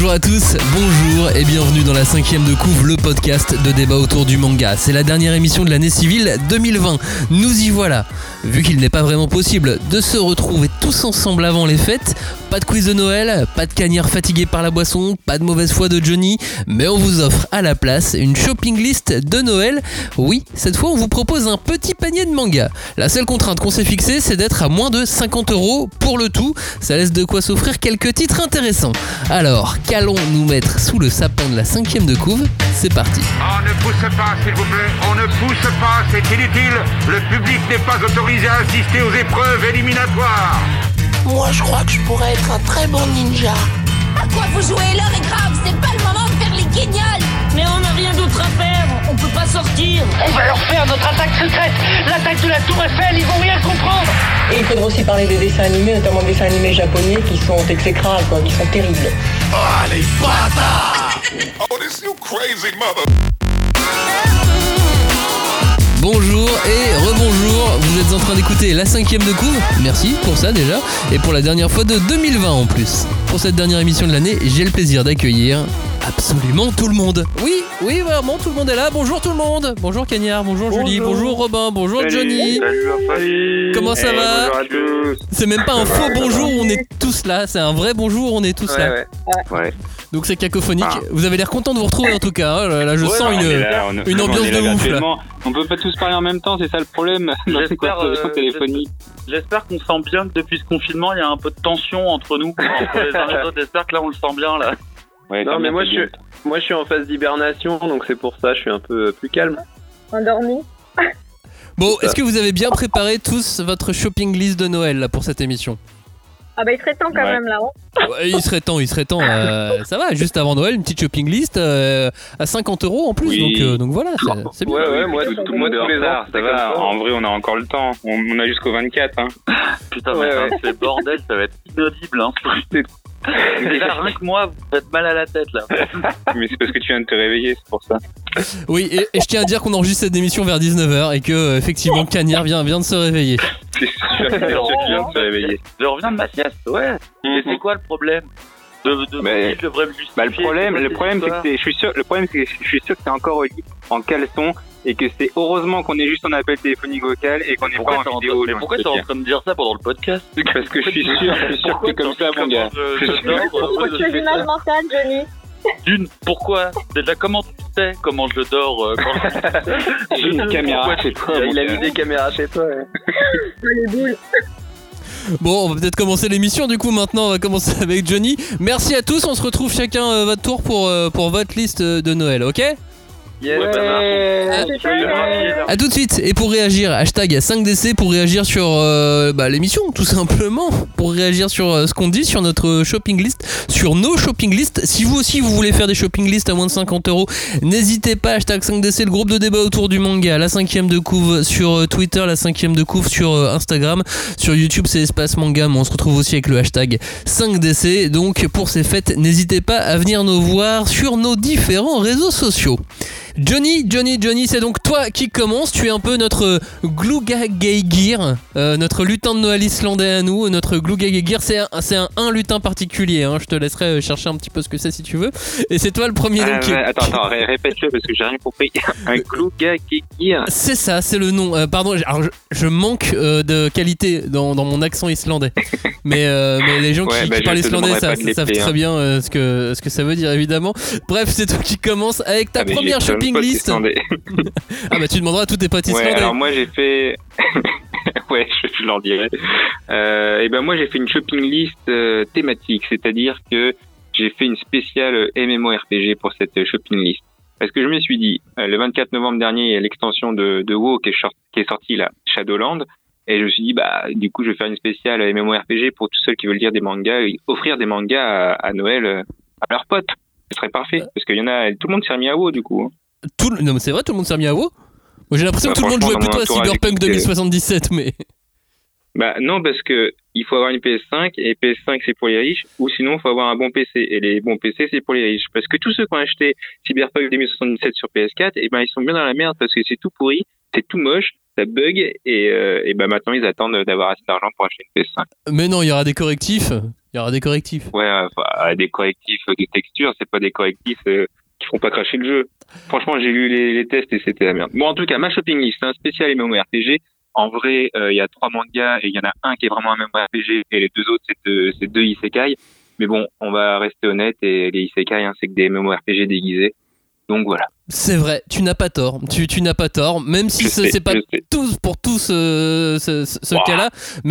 Bonjour à tous, bonjour et bienvenue dans la 5e de couve, le podcast de débat autour du manga. C'est la dernière émission de l'année civile 2020. Nous y voilà. Vu qu'il n'est pas vraiment possible de se retrouver tous ensemble avant les fêtes, pas de quiz de Noël, pas de cagnard fatigué par la boisson, pas de mauvaise foi de Johnny, mais on vous offre à la place une shopping list de Noël. Oui, cette fois on vous propose un petit panier de manga. La seule contrainte qu'on s'est fixée, c'est d'être à moins de 50€ pour le tout. Ça laisse de quoi s'offrir quelques titres intéressants. Alors, qu'allons-nous mettre sous le sapin de la 5e de couve ? C'est parti. On ne pousse pas, s'il vous plaît, on ne pousse pas, c'est inutile. Le public n'est pas autorisé à assister aux épreuves éliminatoires. Moi, je crois que je pourrais être un très bon ninja. À quoi vous jouez ? L'heure est grave, c'est pas le moment de faire les guignols. Mais on n'a rien d'autre à faire, on peut pas sortir. On va leur faire notre attaque secrète, l'attaque de la Tour Eiffel, ils vont rien comprendre. Et il faudra aussi parler des dessins animés, notamment des dessins animés japonais qui sont exécrables, qui sont terribles. Oh, les bâtards! Oh, this you crazy mother... Bonjour et rebonjour, vous êtes en train d'écouter la 5e de couve, merci pour ça déjà, et pour la dernière fois de 2020 en plus. Pour cette dernière émission de l'année, j'ai le plaisir d'accueillir absolument tout le monde. Oui, vraiment, tout le monde est là, bonjour tout le monde. Bonjour Cagnard, bonjour Julie, bonjour Robin, bonjour Johnny. Salut. Comment ça va ? Bonjour à tous. C'est même pas un faux bonjour, on est tous là, c'est un vrai bonjour, on est tous là. Ouais. Donc c'est cacophonique, vous avez l'air content de vous retrouver en tout cas, hein. Là je sens une ambiance de ouf là. On peut pas tous parler en même temps, c'est ça le problème dans ces conversations téléphoniques. J'espère qu'on sent bien que depuis ce confinement, il y a un peu de tension entre nous, entre les uns et les autres. J'espère que là, on le sent bien, là. Ouais, non, mais moi je suis en phase d'hibernation, donc c'est pour ça, je suis un peu plus calme. Endormi. Bon, est-ce que vous avez bien préparé tous votre shopping list de Noël là, pour cette émission ? Ah bah il serait temps quand même là. Ouais, il serait temps. Ça va, juste avant Noël, une petite shopping list à 50€ en plus, oui. donc voilà, c'est bien. Ouais, moi de tous les ans, ça va. En vrai, on a encore le temps. On a jusqu'au 24. Hein. Putain, c'est bordel, ça va être inaudible. Hein. Déjà, rien que moi, vous faites mal à la tête là. Mais c'est parce que tu viens de te réveiller, c'est pour ça. Oui, et je tiens à dire qu'on enregistre cette émission vers 19h et que effectivement Cagnard vient de se réveiller. C'est sûr que tu viens de te réveiller. Je reviens de ma sieste, ouais. Mais c'est quoi le problème le problème, c'est que je suis sûr que t'es encore au lit en caleçon et que c'est heureusement qu'on est juste en appel téléphonique vocal et qu'on n'est pas en vidéo. Mais pourquoi t'es en train de dire ça pendant le podcast ? Parce que je suis sûr que t'es comme ça, mon gars. Pourquoi tu fais du mal mental, Johnny ? Pourquoi ? Déjà, comment tu sais comment je dors quand j'ai une caméra chez toi. Il a mis des caméras chez toi. Les boules. Bon, on va peut-être commencer l'émission du coup maintenant, on va commencer avec Johnny. Merci à tous, on se retrouve chacun à votre tour pour votre liste de Noël, ok ? Yes. A tout de suite. Et pour réagir, hashtag 5DC pour réagir sur l'émission, tout simplement. Pour réagir sur ce qu'on dit sur notre shopping list, sur nos shopping lists. Si vous aussi vous voulez faire des shopping lists à moins de 50€, n'hésitez pas. Hashtag 5DC, le groupe de débat autour du manga. La 5e de couve sur Twitter, la 5e de couve sur Instagram. Sur YouTube, c'est Espace Manga, mais on se retrouve aussi avec le hashtag 5DC. Donc pour ces fêtes, n'hésitez pas à venir nous voir sur nos différents réseaux sociaux. Johnny, c'est donc toi qui commence. Tu es un peu notre Glugaggeir, notre lutin de Noël islandais à nous. Notre Glugaggeir, c'est un lutin particulier. Hein. Je te laisserai chercher un petit peu ce que c'est si tu veux. Et c'est toi le premier. Attends, répète-le parce que j'ai rien compris. Un Glugaggeir. C'est ça, c'est le nom. Pardon, alors je manque de qualité dans mon accent islandais. Mais les gens qui parlent islandais savent très bien ce que ça veut dire évidemment. Bref, c'est toi qui commence avec ta première shopping list. Ah bah tu demanderas à tous tes potes islandais. Ouais, alors moi j'ai fait ouais, je leur dirai. Et ben moi j'ai fait une shopping list thématique, c'est-à-dire que j'ai fait une spéciale MMORPG pour cette shopping list. Parce que je me suis dit, le 24 novembre dernier, il y a l'extension de WoW qui est sortie là, Shadowland. Et je me suis dit, du coup, je vais faire une spéciale MMORPG pour tous ceux qui veulent lire des mangas, et offrir des mangas à Noël à leurs potes. Ce serait parfait. Parce qu'il y en a, tout le monde s'est remis à WoW, du coup. Non, mais c'est vrai, tout le monde s'est remis à WoW. Moi, j'ai l'impression que tout le monde jouait plutôt à Cyberpunk 2077, mais. Non, parce que il faut avoir une PS5, et PS5 c'est pour les riches, ou sinon il faut avoir un bon PC, et les bons PC c'est pour les riches. Parce que tous ceux qui ont acheté Cyberpunk 2077 sur PS4, ils sont bien dans la merde parce que c'est tout pourri, c'est tout moche, ça bug, et maintenant ils attendent d'avoir assez d'argent pour acheter une PS5. Mais non, il y aura des correctifs. Il y aura des correctifs. Ouais, des correctifs de texture, c'est pas des correctifs qui font pas cracher le jeu. Franchement, j'ai lu les tests et c'était la merde. Bon, en tout cas, ma shopping list, c'est un spécial MMORPG. En vrai, il y a 3 mangas et il y en a un qui est vraiment un MMORPG et les 2 autres, c'est 2 isekai. Mais bon, on va rester honnête et les isekai, c'est que des MMORPG déguisés. Donc voilà. C'est vrai, tu n'as pas tort. Tu n'as pas tort, même si c'est pas tous pour tous ce cas-là.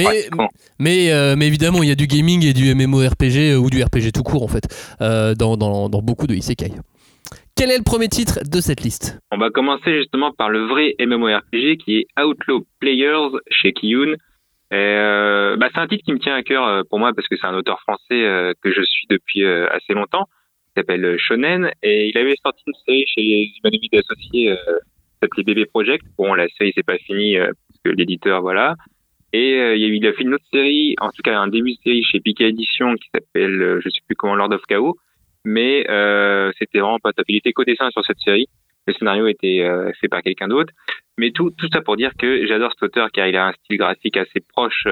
Mais évidemment, il y a du gaming et du MMORPG ou du RPG tout court en fait dans beaucoup de isekai. Quel est le premier titre de cette liste ? On va commencer justement par le vrai MMORPG qui est Outlaw Players chez Kiyun. C'est un titre qui me tient à cœur pour moi parce que c'est un auteur français que je suis depuis assez longtemps. Il s'appelle Shonen et il avait sorti une série chez les Humanoïdes Associés qui s'appelait Bébé Project. Bon, la série c'est pas fini parce que l'éditeur voilà. Et il a fait une autre série, en tout cas un début de série chez Pika Édition qui s'appelle je sais plus comment, Lord of Chaos. Mais c'était vraiment pas top. Il était co-dessin sur cette série. Le scénario était fait par quelqu'un d'autre. Mais tout ça pour dire que j'adore cet auteur car il a un style graphique assez proche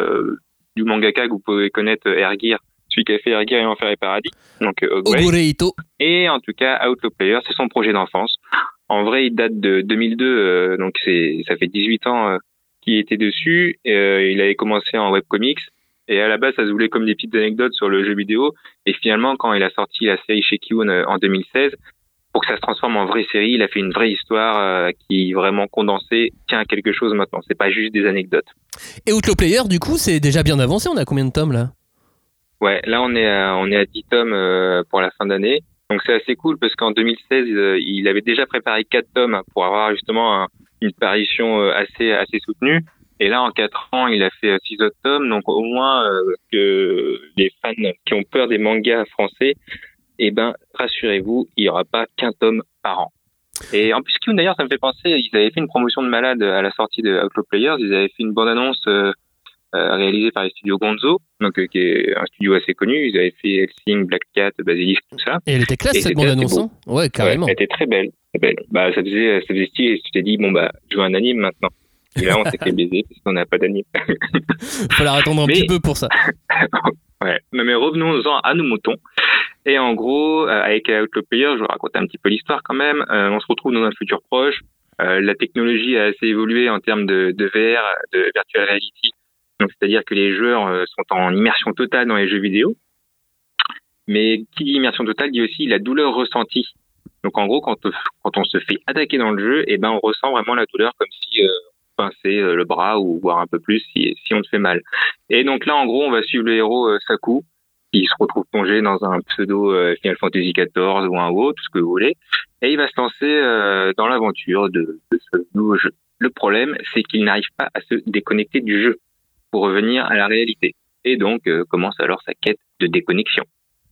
du mangaka que vous pouvez connaître, Ergir, celui qui a fait Ergir et Enfer et Paradis. Donc Ogure Ito. Et en tout cas, Outlaw Player, c'est son projet d'enfance. En vrai, il date de 2002, donc ça fait 18 ans qu'il était dessus. Il avait commencé en webcomics. Et à la base, ça se voulait comme des petites anecdotes sur le jeu vidéo. Et finalement, quand il a sorti la série chez Kiyun en 2016, pour que ça se transforme en vraie série, il a fait une vraie histoire qui vraiment condensée tient à quelque chose maintenant. C'est pas juste des anecdotes. Et Outlaw Player, du coup, c'est déjà bien avancé. On a combien de tomes là ? Ouais, là on est à 10 tomes pour la fin d'année. Donc c'est assez cool parce qu'en 2016, il avait déjà préparé 4 tomes pour avoir justement une parution assez soutenue. Et là, en 4 ans, il a fait 6 autres tomes. Donc, au moins, que les fans qui ont peur des mangas français, rassurez-vous, il n'y aura pas qu'un tome par an. Et en plus, Kiyun, d'ailleurs, ça me fait penser, ils avaient fait une promotion de malade à la sortie de Outlaw Players. Ils avaient fait une bande-annonce réalisée par les studios Gonzo, donc qui est un studio assez connu. Ils avaient fait Hellsing, Black Cat, Basilisk, tout ça. Et elle était classe, cette bande-annonce, hein ? Ouais, carrément. Ouais, elle était très belle. Ça faisait style et tu t'es dit, je veux un anime maintenant. Et là, on s'est fait baiser parce qu'on n'a pas d'anime. Falloir attendre un petit peu pour ça. Ouais. Mais revenons-en à nos moutons. Et en gros, avec Outlaw Player, je vous raconte un petit peu l'histoire quand même. On se retrouve dans un futur proche. La technologie a assez évolué en termes de VR, de virtual reality. Donc, c'est-à-dire que les joueurs sont en immersion totale dans les jeux vidéo. Mais qui dit immersion totale dit aussi la douleur ressentie. Donc, en gros, quand on se fait attaquer dans le jeu, on ressent vraiment la douleur comme si pincer le bras ou voire un peu plus si on te fait mal. Et donc là, en gros, on va suivre le héros Saku, qui se retrouve plongé dans un pseudo Final Fantasy XIV ou un WoW, tout ce que vous voulez, et il va se lancer dans l'aventure de ce nouveau jeu. Le problème, c'est qu'il n'arrive pas à se déconnecter du jeu pour revenir à la réalité. Et donc, commence alors sa quête de déconnexion.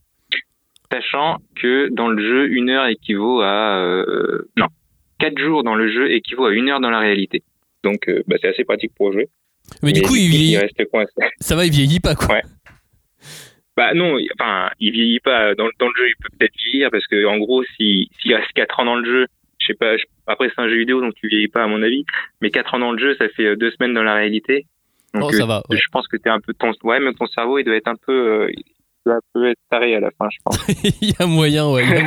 Sachant que dans le jeu, 1 heure équivaut à... 4 jours dans le jeu équivaut à 1 heure dans la réalité. Donc, c'est assez pratique pour jouer. Mais du coup, il reste coincé. Ça va, il vieillit pas, quoi. Ouais. Non, il vieillit pas. Dans le jeu, il peut peut-être vieillir parce que, en gros, s'il reste 4 ans dans le jeu, je sais pas, après c'est un jeu vidéo, donc tu vieillis pas, à mon avis. Mais 4 ans dans le jeu, ça fait 2 semaines dans la réalité. Donc, ça va. Ouais. Je pense que t'es un peu mais ton cerveau, il doit être un peu être taré à la fin, je pense. Il y a moyen.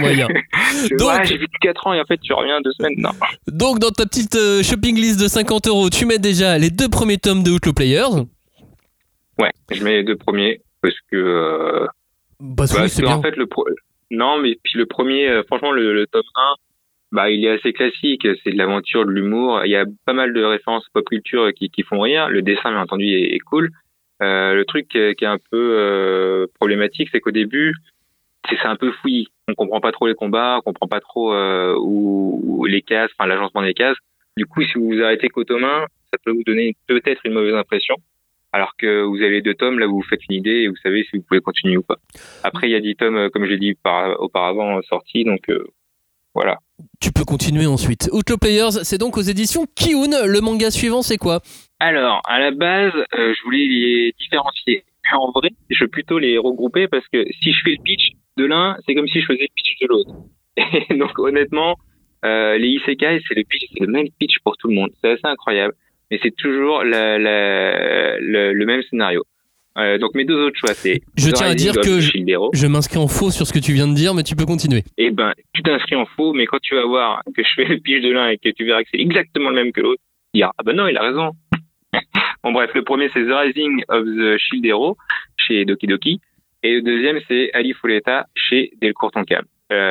Donc, j'ai vu 4 ans et en fait, tu reviens 2 semaines. Non. Donc, dans ta petite shopping list de 50 €, tu mets déjà les 2 premiers tomes de Outlaw Players. Ouais, je mets les 2 premiers parce que. C'est bien. En fait, non, mais puis le premier, franchement, le tome 1, il est assez classique. C'est de l'aventure, de l'humour. Il y a pas mal de références pop culture qui font rire. Le dessin, bien entendu, est cool. Le truc qui est un peu problématique, c'est qu'au début, c'est un peu fouillis. On comprend pas trop les combats, on comprend pas trop où les cases, l'agencement des cases. Du coup, si vous vous arrêtez qu'au tome 1, ça peut vous donner peut-être une mauvaise impression. Alors que vous avez 2 tomes, là où vous faites une idée et vous savez si vous pouvez continuer ou pas. Après, il y a 10 tomes, comme je l'ai dit auparavant, sortis, donc voilà. Tu peux continuer ensuite. Outlaw Players, c'est donc aux éditions Kiyun. Le manga suivant, c'est quoi ? Alors, à la base, je voulais les différencier. En vrai, je vais plutôt les regrouper parce que si je fais le pitch de l'un, c'est comme si je faisais le pitch de l'autre. Et donc, honnêtement, les isekai, c'est le même pitch pour tout le monde. C'est assez incroyable. Mais c'est toujours le même scénario. Donc mes deux autres choix, c'est... Je tiens à dire que Shield Hero. je m'inscris en faux sur ce que tu viens de dire, mais tu peux continuer. Eh ben, tu t'inscris en faux, mais quand tu vas voir que je fais le pitch de l'un et que tu verras que c'est exactement le même que l'autre, tu diras, ah ben non, il a raison. Bon bref, le premier c'est The Rising of the Shield Hero chez Doki Doki, et le deuxième c'est Ali Foleta chez Delcourt Tonkam.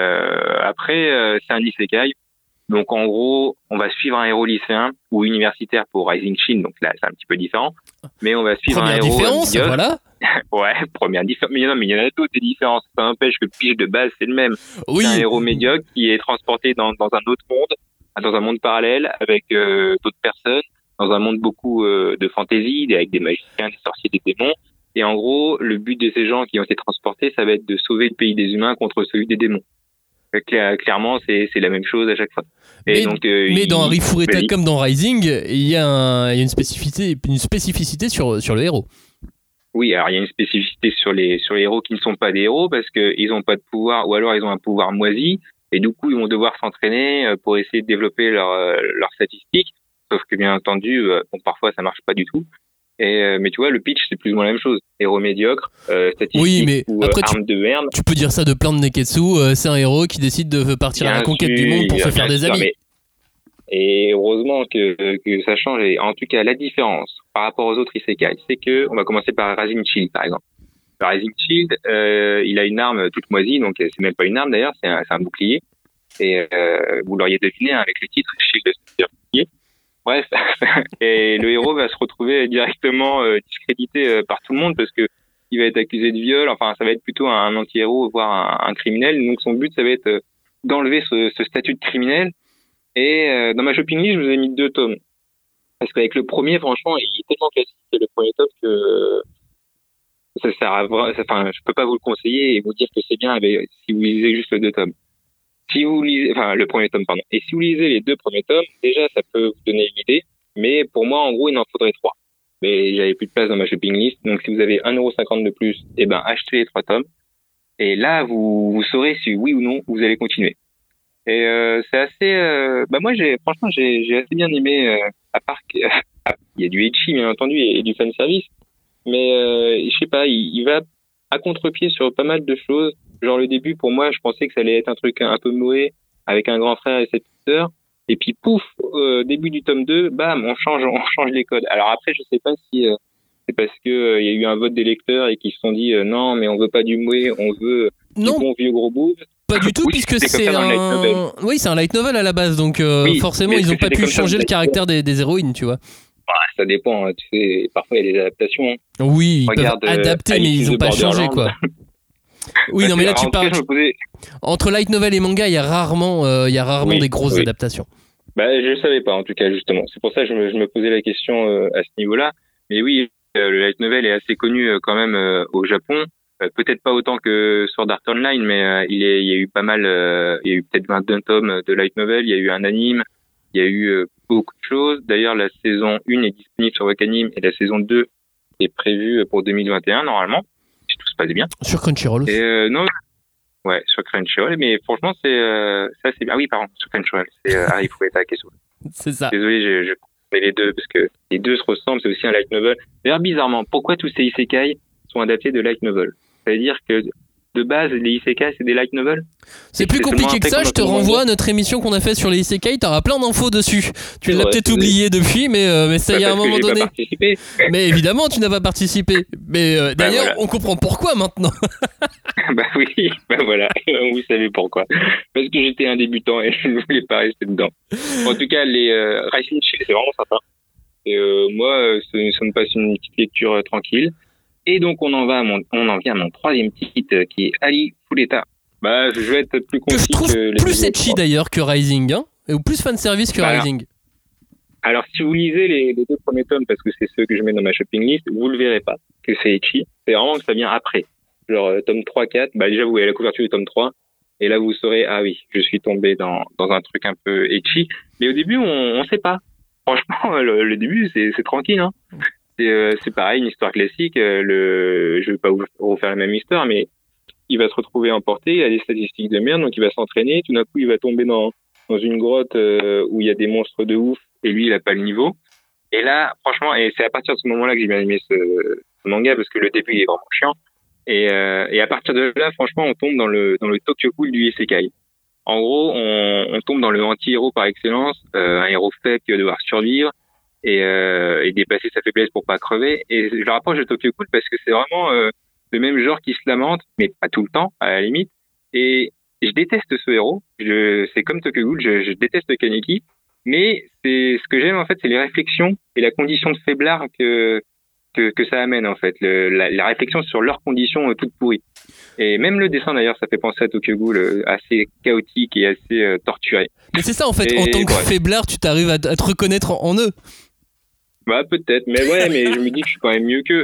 Après, c'est un isekai. Donc en gros, on va suivre un héros lycéen ou universitaire pour Rising Shield, donc là c'est un petit peu différent. Mais on va suivre première un héros. Différence, voilà. Ouais, première différence. Mais non, mais il y en a d'autres des différences. Ça n'empêche que le pitch de base c'est le même. Oui. C'est un héros médiocre qui est transporté dans un autre monde, dans un monde parallèle avec d'autres personnes, dans un monde beaucoup de fantasy, avec des magiciens, des sorciers, des démons. Et en gros, le but de ces gens qui ont été transportés, ça va être de sauver le pays des humains contre celui des démons. Clairement, c'est la même chose à chaque fois. Et mais dans Harry Fureta comme dans Rising, il y a une spécificité sur le héros. Oui, alors il y a une spécificité sur les héros qui ne sont pas des héros parce que ils ont pas de pouvoir, ou alors ils ont un pouvoir moisi, et du coup ils vont devoir s'entraîner pour essayer de développer leurs statistiques. Sauf que bien entendu, parfois ça marche pas du tout. Mais tu vois, le pitch, c'est plus ou moins la même chose. Héros médiocre, statistique oui, mais ou après, arme de merde. Tu peux dire ça de plein de Neketsu. C'est un héros qui décide de partir à la conquête du monde pour se faire des amis. Et heureusement que ça change. Et en tout cas, la différence par rapport aux autres isekai, c'est que on va commencer par Rising Shield, par exemple. Le Rising Shield, il a une arme toute moisie, donc c'est même pas une arme d'ailleurs, c'est un bouclier. Et vous l'auriez deviné avec le titre Shield, c'est bouclier. Bref, et le héros va se retrouver directement discrédité par tout le monde parce que il va être accusé de viol. Enfin, ça va être plutôt un anti-héros, voire un criminel. Donc, son but, ça va être d'enlever ce statut de criminel. Et dans ma shopping list, je vous ai mis 2 tomes. Parce qu'avec le premier, franchement, il est tellement classique, le premier tome, que ça sert à... Enfin, je peux pas vous le conseiller et vous dire que c'est bien si vous lisez juste le 2 tomes. Si vous lisez, le premier tome, pardon. Et si vous lisez les 2 premiers tomes, déjà, ça peut vous donner une idée. Mais pour moi, en gros, il en faudrait 3. Mais j'avais plus de place dans ma shopping list. Donc, si vous avez 1,50€ de plus, achetez les 3 tomes. Et là, vous saurez si oui ou non, vous allez continuer. Et, c'est assez, moi, j'ai assez bien aimé, à part qu'il y a du ecchi, bien entendu, et du fanservice. Mais, je sais pas, il va à contre-pied sur pas mal de choses. Genre le début, pour moi, je pensais que ça allait être un truc un peu Moé avec un grand frère et 7 sœurs. Et puis pouf, début du tome 2, bam, on change les codes. Alors après, je sais pas si c'est parce que il y a eu un vote des lecteurs et qu'ils se sont dit non, mais on veut pas du Moé, on veut du bon vieux gros bouffe. Pas du tout, oui, puisque c'est un light novel à la base, donc forcément ils ont pas pu changer le caractère des héroïnes, tu vois. Ça dépend, hein, tu sais, parfois il y a des adaptations. Oui, ils peuvent adapter, mais ils ont pas changé, quoi. Oui, non, mais là tu parles. Entre light novel et manga, il y a rarement des grosses adaptations. Je savais pas, en tout cas, justement. C'est pour ça que je me posais la question à ce niveau-là. Mais oui, le light novel est assez connu quand même au Japon. Peut-être pas autant que Sword Art Online, mais il y a eu pas mal. Il y a eu peut-être 21 tomes de light novel. Il y a eu un anime. Il y a eu beaucoup de choses. D'ailleurs, la saison 1 est disponible sur Wakanim et la saison 2 est prévue pour 2021 normalement. Si tout se passe bien. Sur Crunchyroll aussi. Non. Ouais, sur Crunchyroll, mais franchement, c'est assez bien. Ah oui, pardon, sur Crunchyroll, c'est Harry Fureta Kesso. C'est ça. Désolé, je mets les deux, parce que les deux se ressemblent, c'est aussi un light novel. D'ailleurs, bizarrement, pourquoi tous ces isekai sont adaptés de light novel? Ça veut dire que, de base, les isekai, c'est des light novels? C'est plus compliqué que ça, je te renvoie à notre émission qu'on a fait sur les isekai, t'auras plein d'infos dessus. Tu l'as peut-être oublié depuis, mais ça y est à un moment donné. Mais évidemment, tu n'as pas participé. Mais d'ailleurs, voilà. On comprend pourquoi maintenant. Oui, voilà, vous savez pourquoi. Parce que j'étais un débutant et je ne voulais pas rester dedans. En tout cas, les Rising Shield, c'est vraiment sympa. Et moi, ça me passe une petite lecture tranquille. Et donc, on en vient à mon troisième titre, qui est Ali Fureta. Je vais être plus concis que je trouve plus etchi d'ailleurs que Rising, hein, ou plus fanservice que Rising. Alors, si vous lisez les 2 premiers tomes, parce que c'est ceux que je mets dans ma shopping list, vous le verrez pas que c'est etchi. C'est vraiment que ça vient après. Genre tome 3, 4, déjà vous voyez la couverture du tome 3, et là vous saurez, ah oui, je suis tombé dans un truc un peu etchi. Mais au début, on sait pas. Franchement, le début, c'est tranquille, hein. C'est pareil, une histoire classique. Je vais pas vous refaire la même histoire, mais il va se retrouver emporté, il a des statistiques de merde, donc il va s'entraîner, tout d'un coup il va tomber dans une grotte où il y a des monstres de ouf, et lui il a pas le niveau. Et là, franchement, et c'est à partir de ce moment-là que j'ai bien aimé ce manga parce que le début il est vraiment chiant. Et à partir de là, franchement, on tombe dans le Tokyo Ghoul du isekai. En gros, on tombe dans le anti-héros par excellence, un héros faible qui va devoir survivre et dépasser sa faiblesse pour pas crever. Et je rapproche de Tokyo Ghoul parce que c'est vraiment le même genre qui se lamente, mais pas tout le temps, à la limite. Et je déteste ce héros. C'est comme Tokyo Ghoul, je déteste Kaneki. Mais c'est ce que j'aime en fait, c'est les réflexions et la condition de faiblard que ça amène en fait, la réflexion sur leurs conditions toutes pourries. Et même le dessin d'ailleurs, ça fait penser à Tokyo Ghoul, assez chaotique et assez torturé. Mais c'est ça en fait, en tant que faiblard, tu t'arrives à te reconnaître en eux. Bah peut-être, mais je me dis que je suis quand même mieux qu'eux.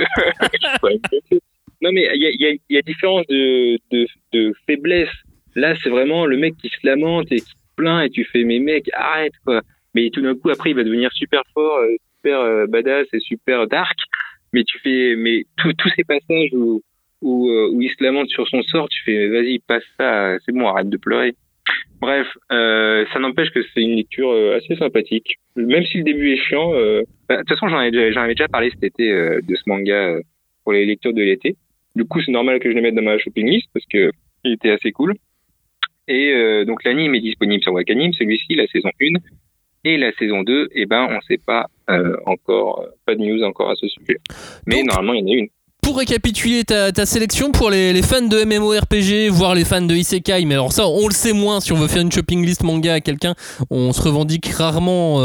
Non mais il y a différence de faiblesse. Là c'est vraiment le mec qui se lamente et qui se plaint et tu fais mais mec arrête quoi. Mais tout d'un coup après il va devenir super fort, super badass et super dark. Mais tous ces passages où il se lamente sur son sort, tu fais vas-y passe ça, c'est bon, arrête de pleurer. Bref, ça n'empêche que c'est une lecture assez sympathique, même si le début est chiant. De toute façon j'en avais déjà parlé cet été de ce manga pour les lectures de l'été. Du coup c'est normal que je le mette dans ma shopping list parce que il était assez cool. Et donc l'anime est disponible sur Wakanim, celui-ci, la saison 1. Et la saison 2, on sait pas encore, pas de news encore à ce sujet. Mais donc, normalement, il y en a une. Pour récapituler ta sélection, pour les fans de MMORPG, voire les fans de Isekai, mais alors ça, on le sait moins si on veut faire une shopping list manga à quelqu'un, on se revendique rarement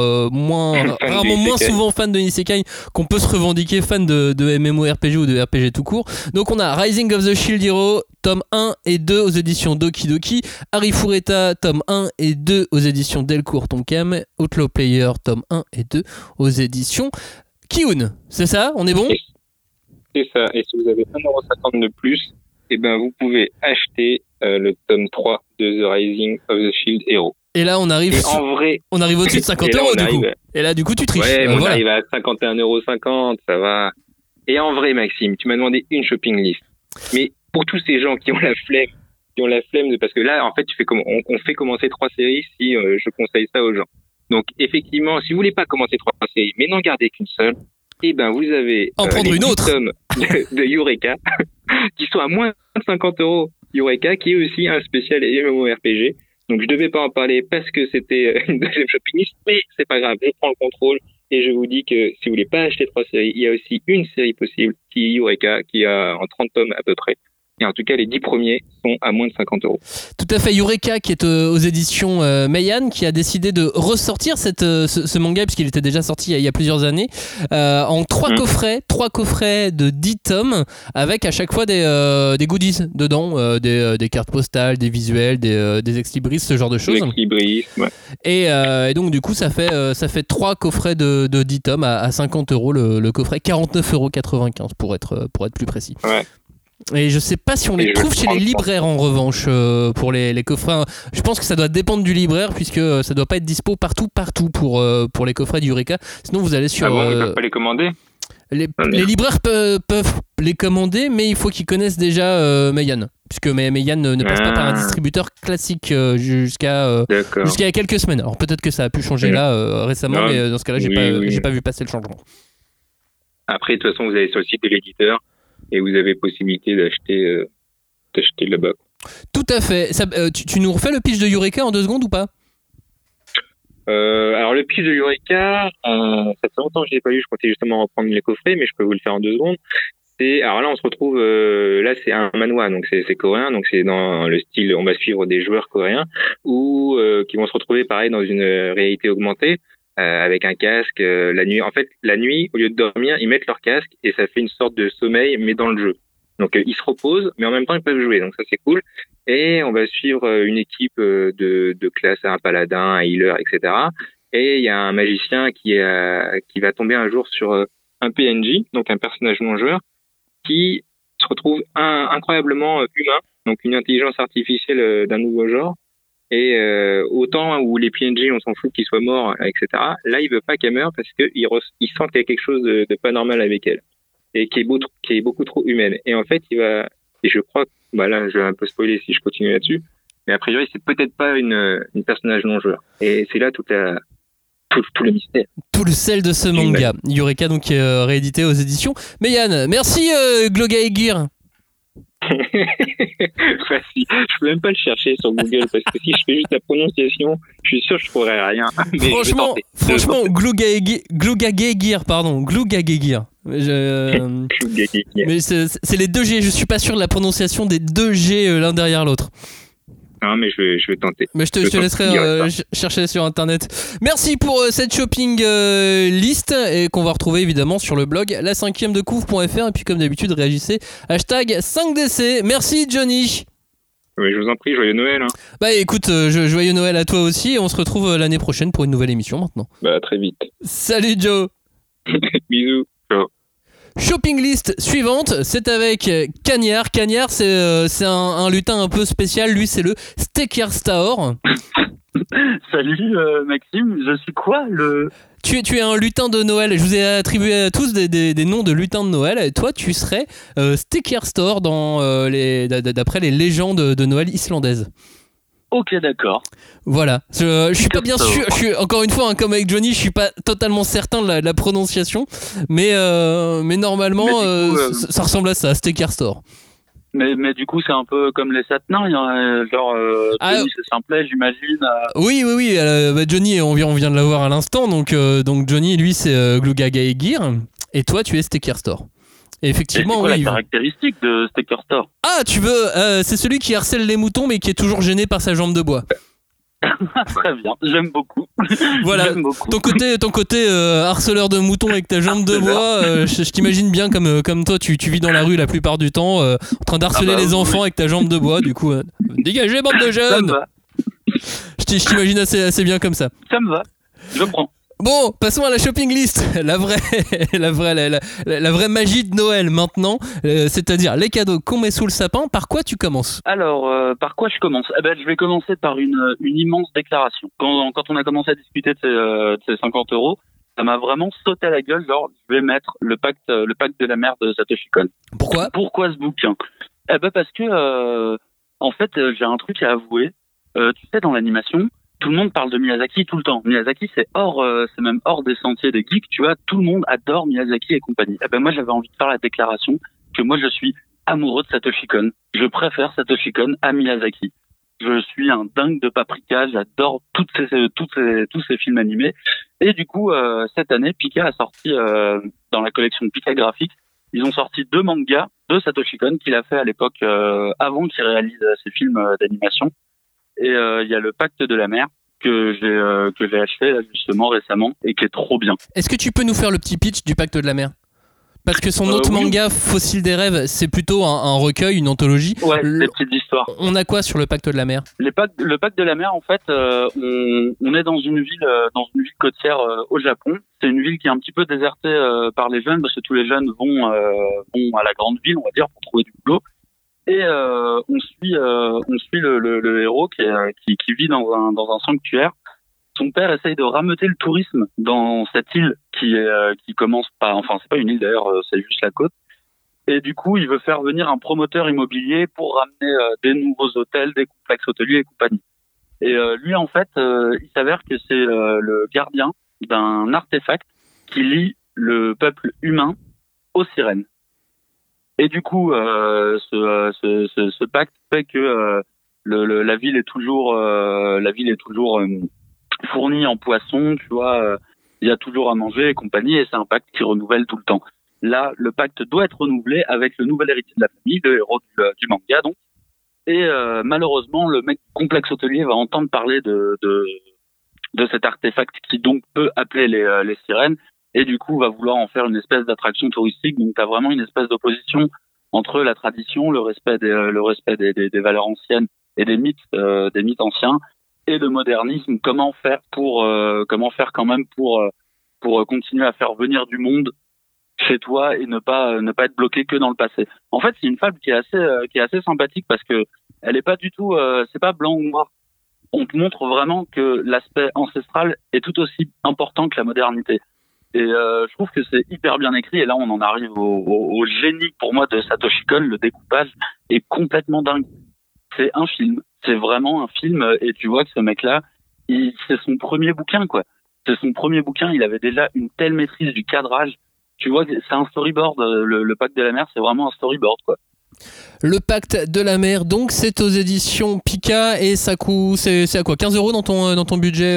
moins souvent fan de Isekai qu'on peut se revendiquer fan de MMORPG ou de RPG tout court. Donc on a Rising of the Shield Hero, tome 1 et 2 aux éditions Doki Doki, Arifureta, tome 1 et 2 aux éditions Delcourt Tonkam, Outlaw Player, tome 1 et 2 aux éditions Kiun. C'est ça? On est bon? C'est ça. Et si vous avez 1,50€ de plus, vous pouvez acheter le tome 3 de The Rising of the Shield Hero. Et là, on arrive au-dessus de 50€ du coup. Et là, du coup, tu triches. Ouais, on arrive à 51,50€, ça va. Et en vrai, Maxime, tu m'as demandé une shopping list. Mais pour tous ces gens qui ont la flemme, parce que là, en fait, on fait commencer 3 séries si je conseille ça aux gens. Donc, effectivement, si vous voulez pas commencer 3 séries, mais n'en gardez qu'une seule, vous avez en prendre une autre tomes de Eureka qui sont à moins de 50€. Eureka, qui est aussi un spécial MMORPG. Donc, je devais pas en parler parce que c'était une deuxième shopping list, mais c'est pas grave, je prends le contrôle et je vous dis que si vous voulez pas acheter 3 séries, il y a aussi une série possible qui est Eureka, qui a en 30 tomes à peu près. Et en tout cas, les 10 premiers sont à moins de 50€. Tout à fait. Eureka, qui est aux éditions Meian, qui a décidé de ressortir ce manga, puisqu'il était déjà sorti il y a plusieurs années, en 3 coffrets de 10 tomes, avec à chaque fois des goodies dedans, des cartes postales, des visuels, des ex-libris, ce genre de choses. Des ex-libris, ouais. Et donc, du coup, ça fait 3 coffrets de 10 tomes à 50€ le coffret, 49,95€ pour être plus précis. Ouais. Et je sais pas si on les trouve chez les libraires en revanche pour les coffrets. Je pense que ça doit dépendre du libraire puisque ça doit pas être dispo partout pour les coffrets d'Eureka. Sinon vous allez sur. Ils peuvent pas les commander. Les libraires peuvent les commander, mais il faut qu'ils connaissent déjà Meian, puisque Meian ne passe pas par un distributeur classique jusqu'à il y a quelques semaines. Alors peut-être que ça a pu changer là récemment, mais dans ce cas-là j'ai pas vu passer le changement. Après de toute façon vous allez sur le site de l'éditeur. Et vous avez possibilité d'acheter là-bas. Tout à fait. Tu nous refais le pitch de Eureka en 2 secondes ou pas? Alors le pitch de Eureka, ça fait longtemps que je l'ai pas lu, je comptais justement reprendre les coffrets, mais je peux vous le faire en 2 secondes. Alors là on se retrouve, là c'est un manhwa, donc c'est coréen, donc c'est dans le style, on va suivre des joueurs coréens qui vont se retrouver pareil dans une réalité augmentée. Avec un casque, la nuit, au lieu de dormir, ils mettent leur casque et ça fait une sorte de sommeil, mais dans le jeu. Donc, ils se reposent, mais en même temps, ils peuvent jouer. Donc, ça, c'est cool. Et on va suivre une équipe de classe, un paladin, un healer, etc. Et il y a un magicien qui va tomber un jour sur un PNJ, donc un personnage non joueur, qui se retrouve incroyablement humain, donc une intelligence artificielle d'un nouveau genre. Et autant où les PNJ on s'en fout qu'ils soient morts, etc. Là il veut pas qu'elle meure parce que il sent qu'il y a quelque chose de pas normal avec elle et qui est beaucoup trop humaine. Et en fait il va, et je crois, là je vais un peu spoiler si je continue là-dessus, mais a priori c'est peut-être pas une personnage non joueur. Et c'est là toute tout le mystère. Tout le sel de ce manga. Eureka donc réédité aux éditions Meian. Merci Gloga Aegir. Facile. Je peux même pas le chercher sur Google parce que si je fais juste la prononciation, je suis sûr que je trouverai rien. Mais franchement, Gloga Aegir, pardon. Gloga Aegir. Mais c'est les 2 G, je suis pas sûr de la prononciation des 2 G l'un derrière l'autre. Non, mais je vais tenter. Mais je te laisserai chercher sur internet. Merci pour cette shopping list et qu'on va retrouver évidemment sur le blog la5e-de-couvre.fr. Et puis comme d'habitude, réagissez #5DC. Merci Johnny. Oui, je vous en prie, joyeux Noël. Hein. Bah écoute, joyeux Noël à toi aussi et on se retrouve l'année prochaine pour une nouvelle émission maintenant. Bah très vite. Salut Joe. Bisous. Ciao. Shopping list suivante, c'est avec Cagnard. Cagnard, c'est un lutin un peu spécial. Lui, c'est le Steaker Store. Salut Maxime, je suis quoi le... Tu es un lutin de Noël. Je vous ai attribué à tous des noms de lutins de Noël. Et toi, tu serais Steaker Store d'après les légendes de Noël islandaises. Ok, d'accord. Voilà. Je suis pas bien sûr. Je suis encore une fois comme avec Johnny, je suis pas totalement certain de la prononciation, mais normalement, mais coup, ça ressemble à ça, Steaker Store. Mais du coup, c'est un peu comme les 7 nains, genre Johnny, c'est simplet, j'imagine. Oui. Johnny, on vient de l'avoir à l'instant, donc Johnny, lui, c'est Gloga Aegir, et toi, tu es Steaker Store. Et effectivement, c'est quoi la caractéristique de Steaker Store? Ah, tu veux c'est celui qui harcèle les moutons mais qui est toujours gêné par sa jambe de bois. Très bien, j'aime beaucoup. Voilà, j'aime beaucoup. Ton côté harceleur de moutons avec ta jambe de bois, je t'imagine bien comme toi, tu vis dans la rue la plupart du temps, en train d'harceler les enfants avec ta jambe de bois, du coup, dégagez bande de jeunes. Ça me va. Je t'imagine assez bien comme ça. Ça me va, je prends. Bon, passons à la shopping list, la vraie magie de Noël maintenant, c'est-à-dire les cadeaux qu'on met sous le sapin. Par quoi tu commences? Alors, par quoi je commence? Je vais commencer par une immense déclaration. Quand on a commencé à discuter de ces 50 €, ça m'a vraiment sauté à la gueule. Genre, je vais mettre le pacte de la mer de Satoshi Kon. Pourquoi ce bouquin? Parce que en fait, j'ai un truc à avouer. Tu sais, dans l'animation, tout le monde parle de Miyazaki tout le temps. Miyazaki, c'est même hors des sentiers des geeks, tu vois. Tout le monde adore Miyazaki et compagnie. Moi, j'avais envie de faire la déclaration que moi, je suis amoureux de Satoshi Kon. Je préfère Satoshi Kon à Miyazaki. Je suis un dingue de Paprika. J'adore tous ces films animés. Et du coup, cette année, Pika a sorti dans la collection de Pika Graphics, ils ont sorti 2 mangas de Satoshi Kon qu'il a fait à l'époque avant qu'il réalise ses films d'animation. Et il y a le Pacte de la mer que j'ai acheté là, justement récemment et qui est trop bien. Est-ce que tu peux nous faire le petit pitch du Pacte de la mer? Parce que son autre manga, Fossile des rêves, c'est plutôt un recueil, une anthologie. Ouais, des petites histoires. On a quoi sur le Pacte de la mer? Le Pacte de la mer, en fait, on est dans une ville côtière au Japon. C'est une ville qui est un petit peu désertée par les jeunes parce que tous les jeunes vont à la grande ville, on va dire, pour trouver du boulot. Et on suit le héros qui vit dans un sanctuaire. Son père essaye de rameuter le tourisme dans cette île qui commence pas, enfin c'est pas une île d'ailleurs, c'est juste la côte. Et du coup, il veut faire venir un promoteur immobilier pour ramener des nouveaux hôtels, des complexes hôteliers et compagnie. Et lui, en fait, il s'avère que c'est le gardien d'un artefact qui lie le peuple humain aux sirènes. Et du coup, ce pacte fait que la ville est toujours fournie en poissons, tu vois. Il y a toujours à manger et compagnie, et c'est un pacte qui renouvelle tout le temps. Là, le pacte doit être renouvelé avec le nouvel héritier de la famille, le héros du manga, donc. Et malheureusement, le mec du complexe hôtelier va entendre parler de cet artefact qui donc peut appeler les sirènes. Et du coup, va vouloir en faire une espèce d'attraction touristique. Donc, t'as vraiment une espèce d'opposition entre la tradition, le respect des valeurs anciennes et des mythes anciens, et le modernisme. Comment faire quand même pour continuer à faire venir du monde chez toi et ne pas être bloqué que dans le passé. En fait, c'est une fable qui est assez sympathique parce que elle est pas du tout, c'est pas blanc ou noir. On te montre vraiment que l'aspect ancestral est tout aussi important que la modernité. Et je trouve que c'est hyper bien écrit. Et là, on en arrive au génie pour moi de Satoshi Kon. Le découpage est complètement dingue. C'est un film. C'est vraiment un film. Et tu vois que ce mec-là, c'est son premier bouquin, quoi. c'est son premier bouquin, il avait déjà une telle maîtrise du cadrage. Tu vois, c'est un storyboard, le Pacte de la mer, c'est vraiment un storyboard, quoi. Le Pacte de la mer, donc c'est aux éditions Pika et ça coûte, c'est à quoi, 15 € dans ton budget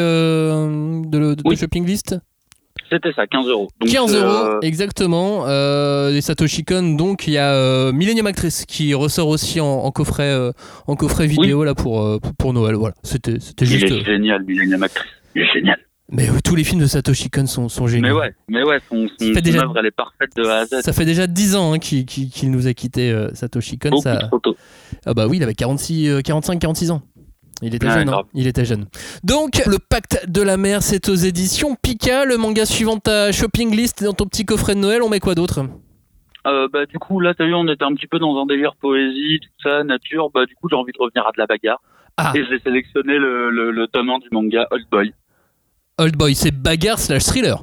de shopping list? C'était ça, 15 €. Donc, 15 €, exactement. Les Satoshi Kon, donc il y a Millennium Actress qui ressort aussi en coffret vidéo là pour Noël. Voilà, c'était juste. Il est génial, Millennium Actress. Il est génial. Mais tous les films de Satoshi Kon sont géniaux. Mais ouais, son œuvre, elle est parfaite de A à Z. Ça fait déjà 10 ans qu'il nous a quitté, Satoshi Kon. Beaucoup de photos. Ah bah oui, il avait 45-46 ans. Il était jeune, hein. Il était jeune. Donc, le Pacte de la mer, c'est aux éditions Pika. Le manga suivant ta shopping list dans ton petit coffret de Noël, on met quoi d'autre? Du coup, là, t'as vu, on était un petit peu dans un délire poésie, tout ça, nature. Du coup, j'ai envie de revenir à de la bagarre. Et j'ai sélectionné le tome 1 du manga Old Boy. Old Boy, c'est bagarre / thriller.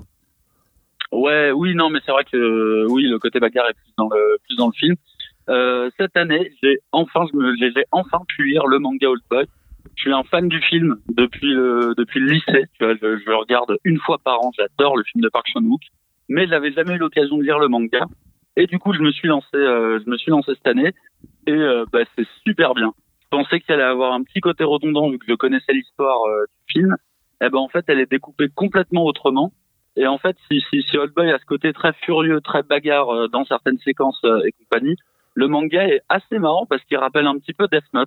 Oui, non, mais c'est vrai que oui, le côté bagarre est plus dans le film. Cette année, j'ai enfin pu lire le manga Old Boy. Je suis un fan du film depuis le lycée. Tu vois, je le regarde une fois par an. J'adore le film de Park Chan-wook, mais j'avais jamais eu l'occasion de lire le manga. Et du coup, je me suis lancé cette année. Et c'est super bien. Je pensais qu'il allait avoir un petit côté redondant vu que je connaissais l'histoire du film. En fait, elle est découpée complètement autrement. Et en fait, si Old Boy a ce côté très furieux, très bagarre dans certaines séquences et compagnie, le manga est assez marrant parce qu'il rappelle un petit peu Death Note.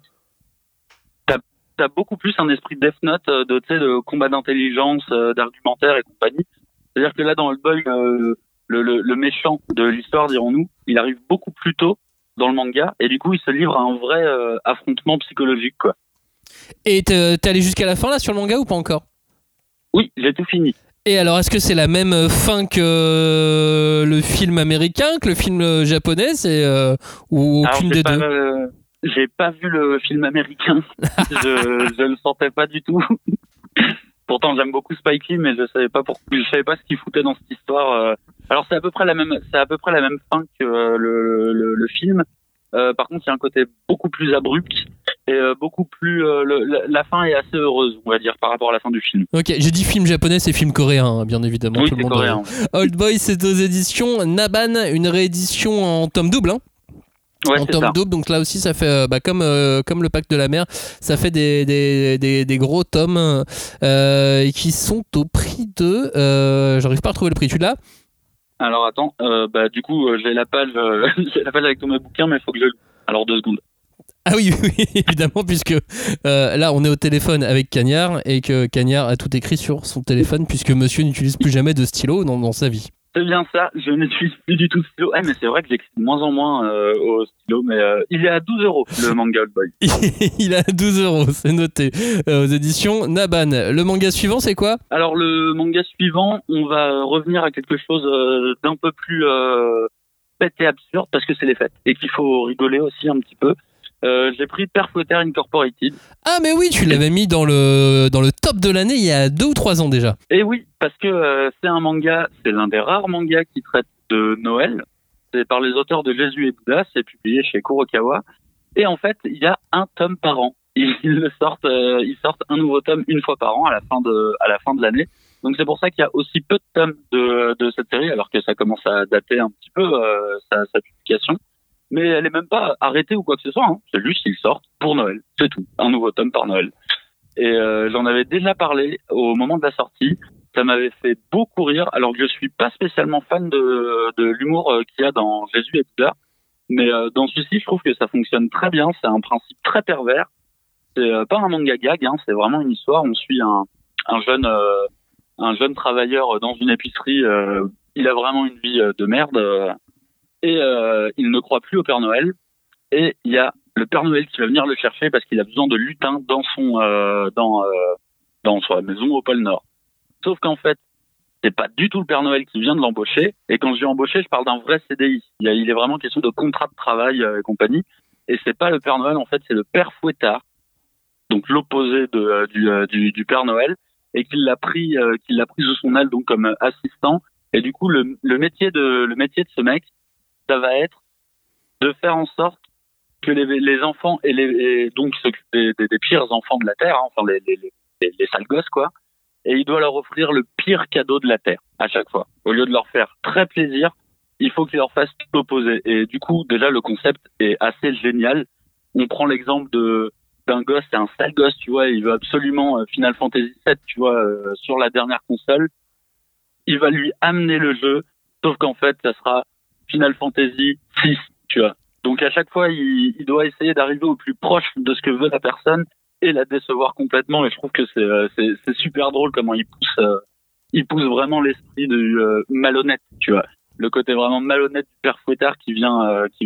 T'as beaucoup plus un esprit Death Note de combat d'intelligence, d'argumentaire et compagnie. C'est-à-dire que là, dans Old Boy, le méchant de l'histoire, dirons-nous, il arrive beaucoup plus tôt dans le manga et du coup, il se livre à un vrai affrontement psychologique, quoi. Et t'es allé jusqu'à la fin là sur le manga ou pas encore? Oui, j'ai tout fini. Et alors, est-ce que c'est la même fin que le film américain, que le film japonais, ou aucune des deux? J'ai pas vu le film américain. je le sentais pas du tout. Pourtant, j'aime beaucoup Spike Lee, mais je savais pas ce qu'il foutait dans cette histoire. Alors, c'est à peu près la même fin que le film. Par contre, il y a un côté beaucoup plus abrupt et beaucoup plus. La fin est assez heureuse, on va dire, par rapport à la fin du film. Ok, j'ai dit film japonais, c'est film coréen, hein, bien évidemment. Oui, tout le monde coréen. Old Boy, c'est aux éditions Naban, une réédition en tome double. Hein. Ouais, en tome double, donc là aussi ça fait comme le Pacte de la mer, ça fait des gros tomes qui sont au prix de j'arrive pas à retrouver le prix, tu l'as? Alors attends, du coup j'ai la page avec tous mes bouquins, mais il faut que je... Alors 2 secondes. Ah oui, évidemment, puisque là on est au téléphone avec Cagnard et que Cagnard a tout écrit sur son téléphone puisque monsieur n'utilise plus jamais de stylo dans sa vie. C'est bien ça, je n'utilise plus du tout de stylo. Mais c'est vrai que j'écris de moins en moins au stylo, mais il est à 12 € le manga Old Boy. Il est à 12 €, c'est noté, aux éditions Naban. Le manga suivant, c'est quoi? Alors le manga suivant, on va revenir à quelque chose d'un peu plus bête et absurde parce que c'est les fêtes et qu'il faut rigoler aussi un petit peu. J'ai pris Père Fouetter Incorporated. Ah mais oui, tu l'avais mis dans le top de l'année il y a 2 ou 3 ans déjà. Et oui, parce que c'est l'un des rares mangas qui traite de Noël. C'est par les auteurs de Jésus et Bouddha, c'est publié chez Kurokawa. Et en fait, il y a un tome par an. Ils sortent un nouveau tome une fois par an à la fin de l'année. Donc c'est pour ça qu'il y a aussi peu de tomes de cette série, alors que ça commence à dater un petit peu sa publication. Mais elle est même pas arrêtée ou quoi que ce soit, hein. C'est juste qu'ils sortent pour Noël, c'est tout. Un nouveau tome par Noël. Et j'en avais déjà parlé au moment de la sortie. Ça m'avait fait beaucoup rire, alors que je suis pas spécialement fan de l'humour qu'il y a dans Jésus et Bouddha. Mais dans celui-ci, je trouve que ça fonctionne très bien. C'est un principe très pervers. C'est pas un manga gag, hein. C'est vraiment une histoire. On suit un jeune travailleur dans une épicerie. Il a vraiment une vie de merde. Et il ne croit plus au Père Noël. Et il y a le Père Noël qui va venir le chercher parce qu'il a besoin de lutin dans sa maison au pôle Nord. Sauf qu'en fait, c'est pas du tout le Père Noël qui vient de l'embaucher. Et quand je dis embaucher, je parle d'un vrai CDI. Il est vraiment question de contrat de travail et compagnie. Et c'est pas le Père Noël, en fait, c'est le Père Fouettard. Donc l'opposé du Père Noël. Et qu'il l'a pris sous son aile, donc comme assistant. Et du coup, le métier de ce mec, ça va être de faire en sorte que les enfants donc s'occuper des pires enfants de la terre, hein, enfin les sales gosses quoi, et il doit leur offrir le pire cadeau de la Terre à chaque fois. Au lieu de leur faire très plaisir, il faut qu'il leur fasse tout l'opposé. Et du coup, déjà, le concept est assez génial. On prend l'exemple d'un gosse, c'est un sale gosse, tu vois, il veut absolument Final Fantasy VII, tu vois, sur la dernière console. Il va lui amener le jeu, sauf qu'en fait, ça sera Final Fantasy VI, tu vois. Donc à chaque fois, il doit essayer d'arriver au plus proche de ce que veut la personne et la décevoir complètement. Et je trouve que c'est super drôle comment il pousse vraiment l'esprit du malhonnête, tu vois. Le côté vraiment malhonnête du père Fouettard qui vient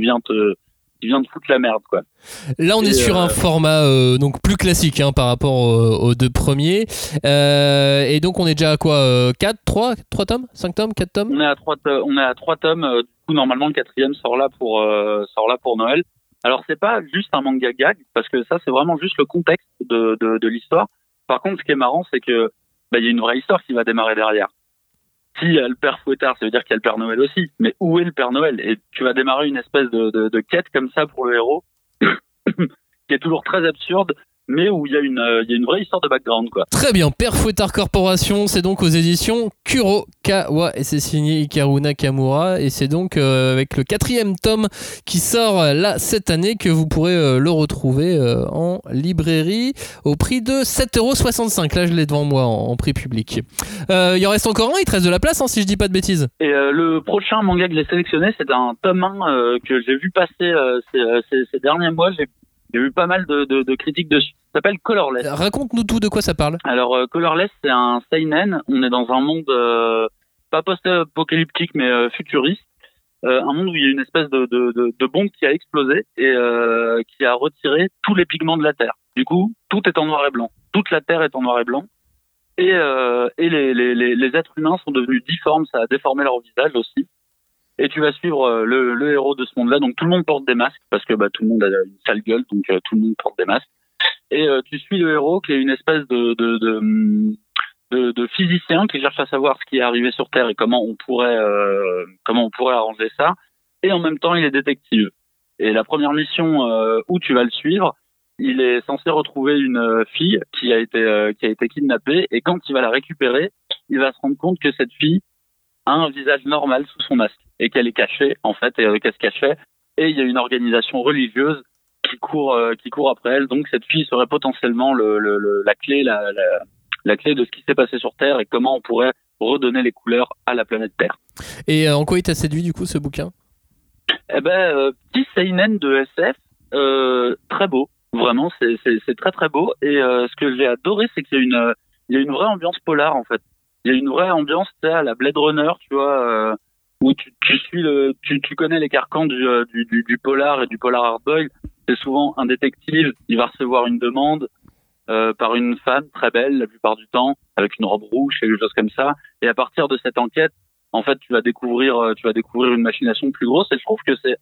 te foutre la merde, quoi. Là, on est sur un format donc plus classique hein, par rapport aux deux premiers. Et donc, on est déjà à quoi 3 tomes 5 tomes 4 tomes? On est à 3 tomes. Du coup, normalement, le 4e sort là pour Noël. Alors, c'est pas juste un manga gag, parce que ça, c'est vraiment juste le contexte de l'histoire. Par contre, ce qui est marrant, c'est que il y a une vraie histoire qui va démarrer derrière. Si il y a le père Fouettard, ça veut dire qu'il y a le Père Noël aussi. Mais où est le Père Noël? Et tu vas démarrer une espèce de quête comme ça pour le héros, qui est toujours très absurde, mais où il y a une vraie histoire de background, quoi. Très bien, Père Fouettard Corporation, c'est donc aux éditions Kurokawa et c'est signé Hikaru Nakamura et c'est donc avec le 4e tome qui sort là cette année que vous pourrez le retrouver en librairie au prix de 7,65€. Là je l'ai devant moi en prix public. Il en reste encore un, il te reste de la place hein, si je dis pas de bêtises. Et le prochain manga que j'ai sélectionné, c'est un tome 1 que j'ai vu passer ces derniers mois. J'ai vu pas mal de critiques dessus. Ça s'appelle Colorless. Raconte-nous tout, de quoi ça parle. Alors, Colorless, c'est un seinen. On est dans un monde pas post-apocalyptique, mais futuriste. Un monde où il y a une espèce de bombe qui a explosé et qui a retiré tous les pigments de la Terre. Du coup, tout est en noir et blanc. Toute la Terre est en noir et blanc. Et les êtres humains sont devenus difformes. Ça a déformé leur visage aussi. Et tu vas suivre le héros de ce monde-là. Donc tout le monde porte des masques parce que tout le monde a une sale gueule, donc tout le monde porte des masques. Et tu suis le héros qui est une espèce de physicien qui cherche à savoir ce qui est arrivé sur Terre et comment on pourrait arranger ça. Et en même temps, il est détective. Et la première mission où tu vas le suivre, il est censé retrouver une fille qui a été kidnappée. Et quand il va la récupérer, il va se rendre compte que cette fille a un visage normal sous son masque et qu'elle est cachée en fait et qu'elle se cachait et il y a une organisation religieuse qui court après elle, donc cette fille serait potentiellement la clé de ce qui s'est passé sur Terre et comment on pourrait redonner les couleurs à la planète Terre. Et en quoi il t'a séduit du coup ce bouquin? Petit seinen de SF, très beau, vraiment c'est très très beau et ce que j'ai adoré c'est qu'il y a une vraie ambiance polar en fait. Il y a une vraie ambiance, tu sais, à la Blade Runner, tu vois, où tu connais les carcans du polar et du polar hardboil. C'est souvent un détective, il va recevoir une demande par une femme très belle la plupart du temps, avec une robe rouge, quelque chose comme ça. Et à partir de cette enquête, en fait, tu vas découvrir une machination plus grosse. Et je trouve que c'est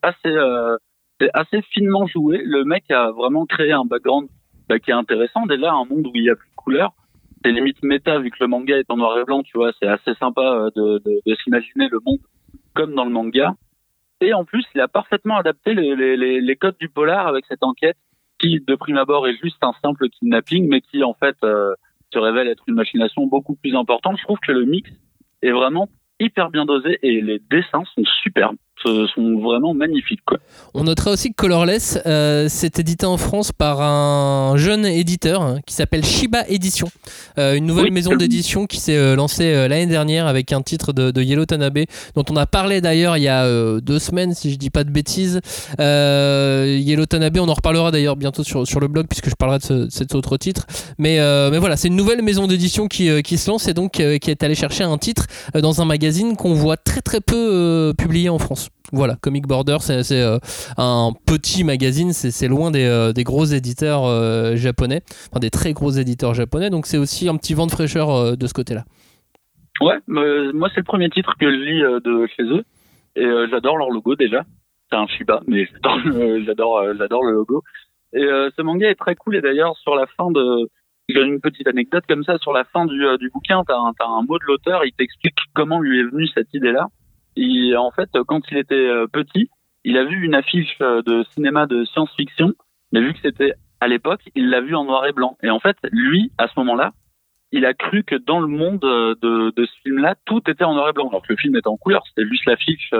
assez finement joué. Le mec a vraiment créé un background qui est intéressant. Déjà, un monde où il y a plus de couleurs. C'est limite méta vu que le manga est en noir et blanc, tu vois, c'est assez sympa de s'imaginer le monde comme dans le manga. Et en plus, il a parfaitement adapté les codes du polar avec cette enquête qui, de prime abord, est juste un simple kidnapping, mais qui, en fait, se révèle être une machination beaucoup plus importante. Je trouve que le mix est vraiment hyper bien dosé et les dessins sont superbes. Sont vraiment magnifiques, quoi. On notera aussi que Colorless, c'est édité en France par un jeune éditeur hein, qui s'appelle Shiba Edition, une nouvelle maison d'édition qui s'est lancée l'année dernière avec un titre de Yellow Tanabe dont on a parlé d'ailleurs il y a 2 semaines si je dis pas de bêtises. Yellow Tanabe, on en reparlera d'ailleurs bientôt sur le blog puisque je parlerai de cet autre titre, mais voilà, c'est une nouvelle maison d'édition qui se lance et donc qui est allée chercher un titre dans un magazine qu'on voit très très peu publié en France. Voilà, Comic Border, c'est un petit magazine, c'est loin des gros éditeurs japonais, enfin des très gros éditeurs japonais, donc c'est aussi un petit vent de fraîcheur de ce côté-là. Ouais, moi c'est le premier titre que je lis de chez eux, et j'adore leur logo déjà. C'est un Shiba, mais j'adore le logo. Et ce manga est très cool, et d'ailleurs sur la fin j'ai une petite anecdote comme ça, sur la fin du bouquin, t'as un mot de l'auteur, il t'explique comment lui est venue cette idée-là. Et en fait, quand il était petit, il a vu une affiche de cinéma de science-fiction, mais vu que c'était à l'époque, il l'a vu en noir et blanc. Et en fait, lui, à ce moment-là, il a cru que dans le monde de ce film-là, tout était en noir et blanc, alors que le film était en couleur. C'était juste l'affiche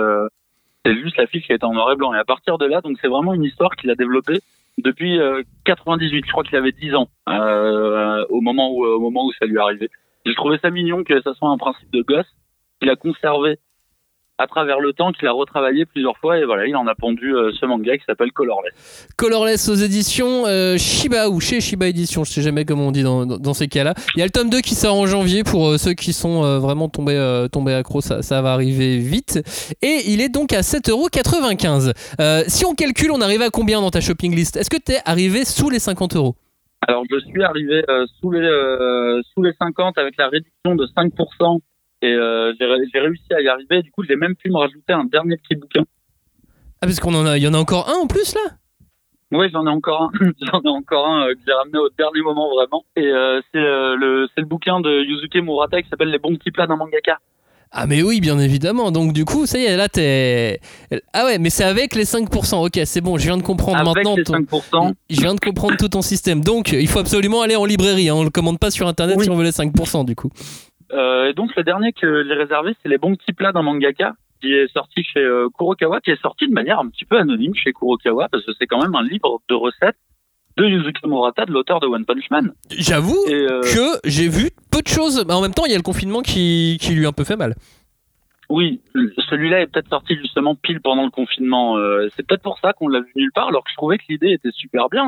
qui était en noir et blanc. Et à partir de là, donc c'est vraiment une histoire qu'il a développée depuis 98. Je crois qu'il avait 10 ans au moment où ça lui arrivait. J'ai trouvé ça mignon que ça soit un principe de gosse qu'il a conservé à travers le temps, qu'il a retravaillé plusieurs fois, et voilà, il en a pondu ce manga qui s'appelle Colorless. Colorless aux éditions Shiba ou chez Shiba Éditions, je sais jamais comment on dit dans ces cas-là. Il y a le tome 2 qui sort en janvier pour ceux qui sont vraiment tombés accro, ça va arriver vite. Et il est donc à 7,95€. Si on calcule, on arrive à combien dans ta shopping list? Est-ce que t'es arrivé sous les 50€? Alors je suis arrivé sous les 50 avec la réduction de 5%. Et j'ai réussi à y arriver. Du coup, j'ai même pu me rajouter un dernier petit bouquin. Ah, parce il y en a encore un en plus là? Oui, j'en ai encore un. Que j'ai ramené au dernier moment vraiment. Et c'est le bouquin de Yusuke Murata qui s'appelle Les bons petits plats d'un mangaka. Ah mais oui, bien évidemment. Donc du coup, ça y est, là t'es... Ah ouais, mais c'est avec les 5%. Ok, c'est bon, je viens de comprendre avec maintenant. Les 5%. Je viens de comprendre tout ton système. Donc, il faut absolument aller en librairie. Hein. On le commande pas sur Internet si on veut les 5% du coup. Et donc le dernier que j'ai réservé, c'est Les bons petits plats d'un mangaka, qui est sorti chez Kurokawa, qui est sorti de manière un petit peu anonyme chez Kurokawa, parce que c'est quand même un livre de recettes de Yusuke Murata, de l'auteur de One Punch Man. J'avoue que j'ai vu peu de choses, mais en même temps il y a le confinement qui lui a un peu fait mal. Oui, celui-là est peut-être sorti justement pile pendant le confinement. C'est peut-être pour ça qu'on l'a vu nulle part, alors que je trouvais que l'idée était super bien,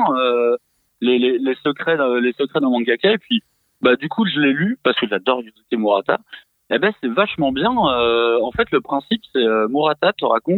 les secrets d'un mangaka, et puis du coup, je l'ai lu parce que j'adore Yusuke Murata. Eh ben, c'est vachement bien. En fait, le principe, c'est Murata te raconte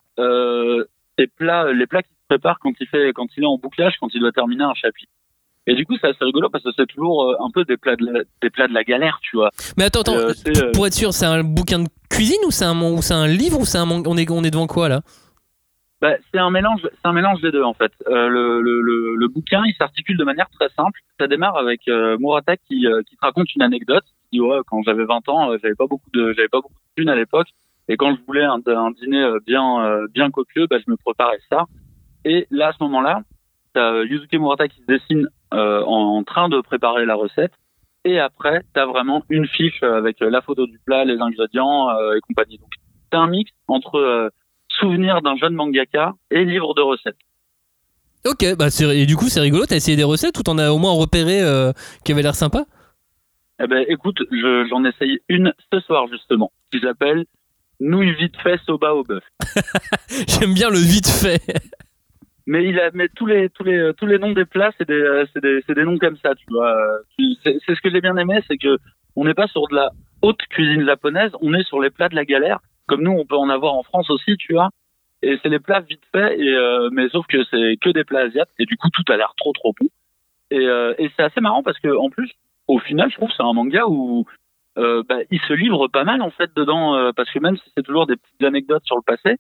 les plats qu'il se prépare quand il est en bouclage, quand il doit terminer un chapitre. Et du coup, c'est assez rigolo parce que c'est toujours un peu des plats de la galère, tu vois. Mais attends, pour être sûr, c'est un bouquin de cuisine ou c'est un livre ou c'est un manga? On est devant quoi là? C'est un mélange des deux en fait. Le bouquin, il s'articule de manière très simple. Ça démarre avec Murata qui te raconte une anecdote. Il dit quand j'avais 20 ans, j'avais pas beaucoup de thunes à l'époque, et quand je voulais un dîner bien copieux, je me préparais ça. Et là, à ce moment-là, t'as Yusuke Murata qui se dessine en train de préparer la recette, et après t'as vraiment une fiche avec la photo du plat, les ingrédients et compagnie. Donc c'est un mix entre souvenir d'un jeune mangaka et livre de recettes. Ok, et du coup c'est rigolo, t'as essayé des recettes ou t'en as au moins repéré qui avait l'air sympa? Eh ben écoute, j'en essaye une ce soir justement, qui s'appelle nouilles vite fait soba au bœuf. J'aime bien le vite fait. Mais tous les noms des plats, c'est des noms comme ça, tu vois. C'est ce que j'ai bien aimé, c'est que on n'est pas sur de la haute cuisine japonaise, on est sur les plats de la galère. Comme nous, on peut en avoir en France aussi, tu vois. Et c'est les plats vite faits, mais sauf que c'est que des plats asiatiques, et du coup, tout a l'air trop bon. Et c'est assez marrant parce que, en plus, au final, je trouve que c'est un manga où il se livre pas mal, en fait, dedans, parce que même si c'est toujours des petites anecdotes sur le passé,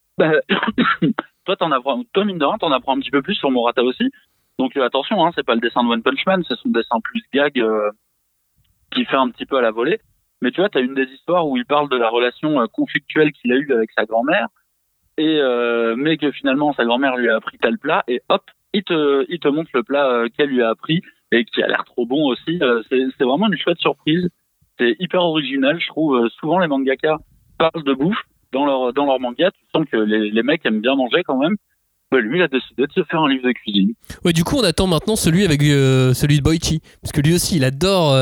toi, mine de rien, t'en apprends un petit peu plus sur Murata aussi. Donc, attention, c'est pas le dessin de One Punch Man, c'est son dessin plus gag, qui fait un petit peu à la volée. Mais tu vois, t'as une des histoires où il parle de la relation conflictuelle qu'il a eue avec sa grand-mère, mais que finalement sa grand-mère lui a appris tel plat, et hop, il te montre le plat qu'elle lui a appris et qui a l'air trop bon aussi. C'est vraiment une chouette surprise. C'est hyper original, je trouve. Souvent les mangakas parlent de bouffe dans leur manga. Tu sens que les mecs aiment bien manger quand même. Lui, il a décidé de se faire un livre de cuisine. Ouais, du coup, on attend maintenant celui avec celui de Boichi, parce que lui aussi, il adore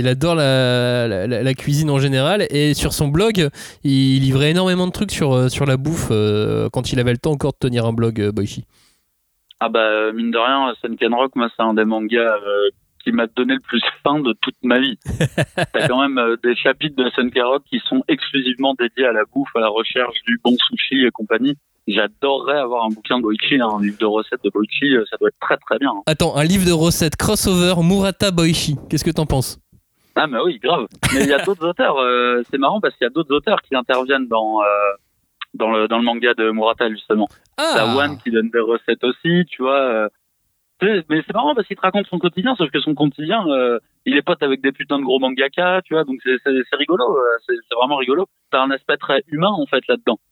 la cuisine en général, et sur son blog, il livrait énormément de trucs sur la bouffe quand il avait le temps encore de tenir un blog Boichi. Ah mine de rien, Sunken Rock, moi, c'est un des mangas qui m'a donné le plus faim de toute ma vie. T'as quand même des chapitres de Sunken Rock qui sont exclusivement dédiés à la bouffe, à la recherche du bon sushi et compagnie. J'adorerais avoir un bouquin de Boichi, un livre de recettes de Boichi, ça doit être très très bien. Attends, un livre de recettes crossover Murata Boichi, qu'est-ce que t'en penses? Ah oui, grave. Mais il y a d'autres auteurs, c'est marrant parce qu'il y a d'autres auteurs qui interviennent dans le manga de Murata justement. T'as One qui donne des recettes aussi, tu vois. Mais c'est marrant parce qu'il te raconte son quotidien, sauf que son quotidien, il est pote avec des putains de gros mangaka, tu vois, donc c'est rigolo, c'est vraiment rigolo. T'as un aspect très humain en fait là-dedans.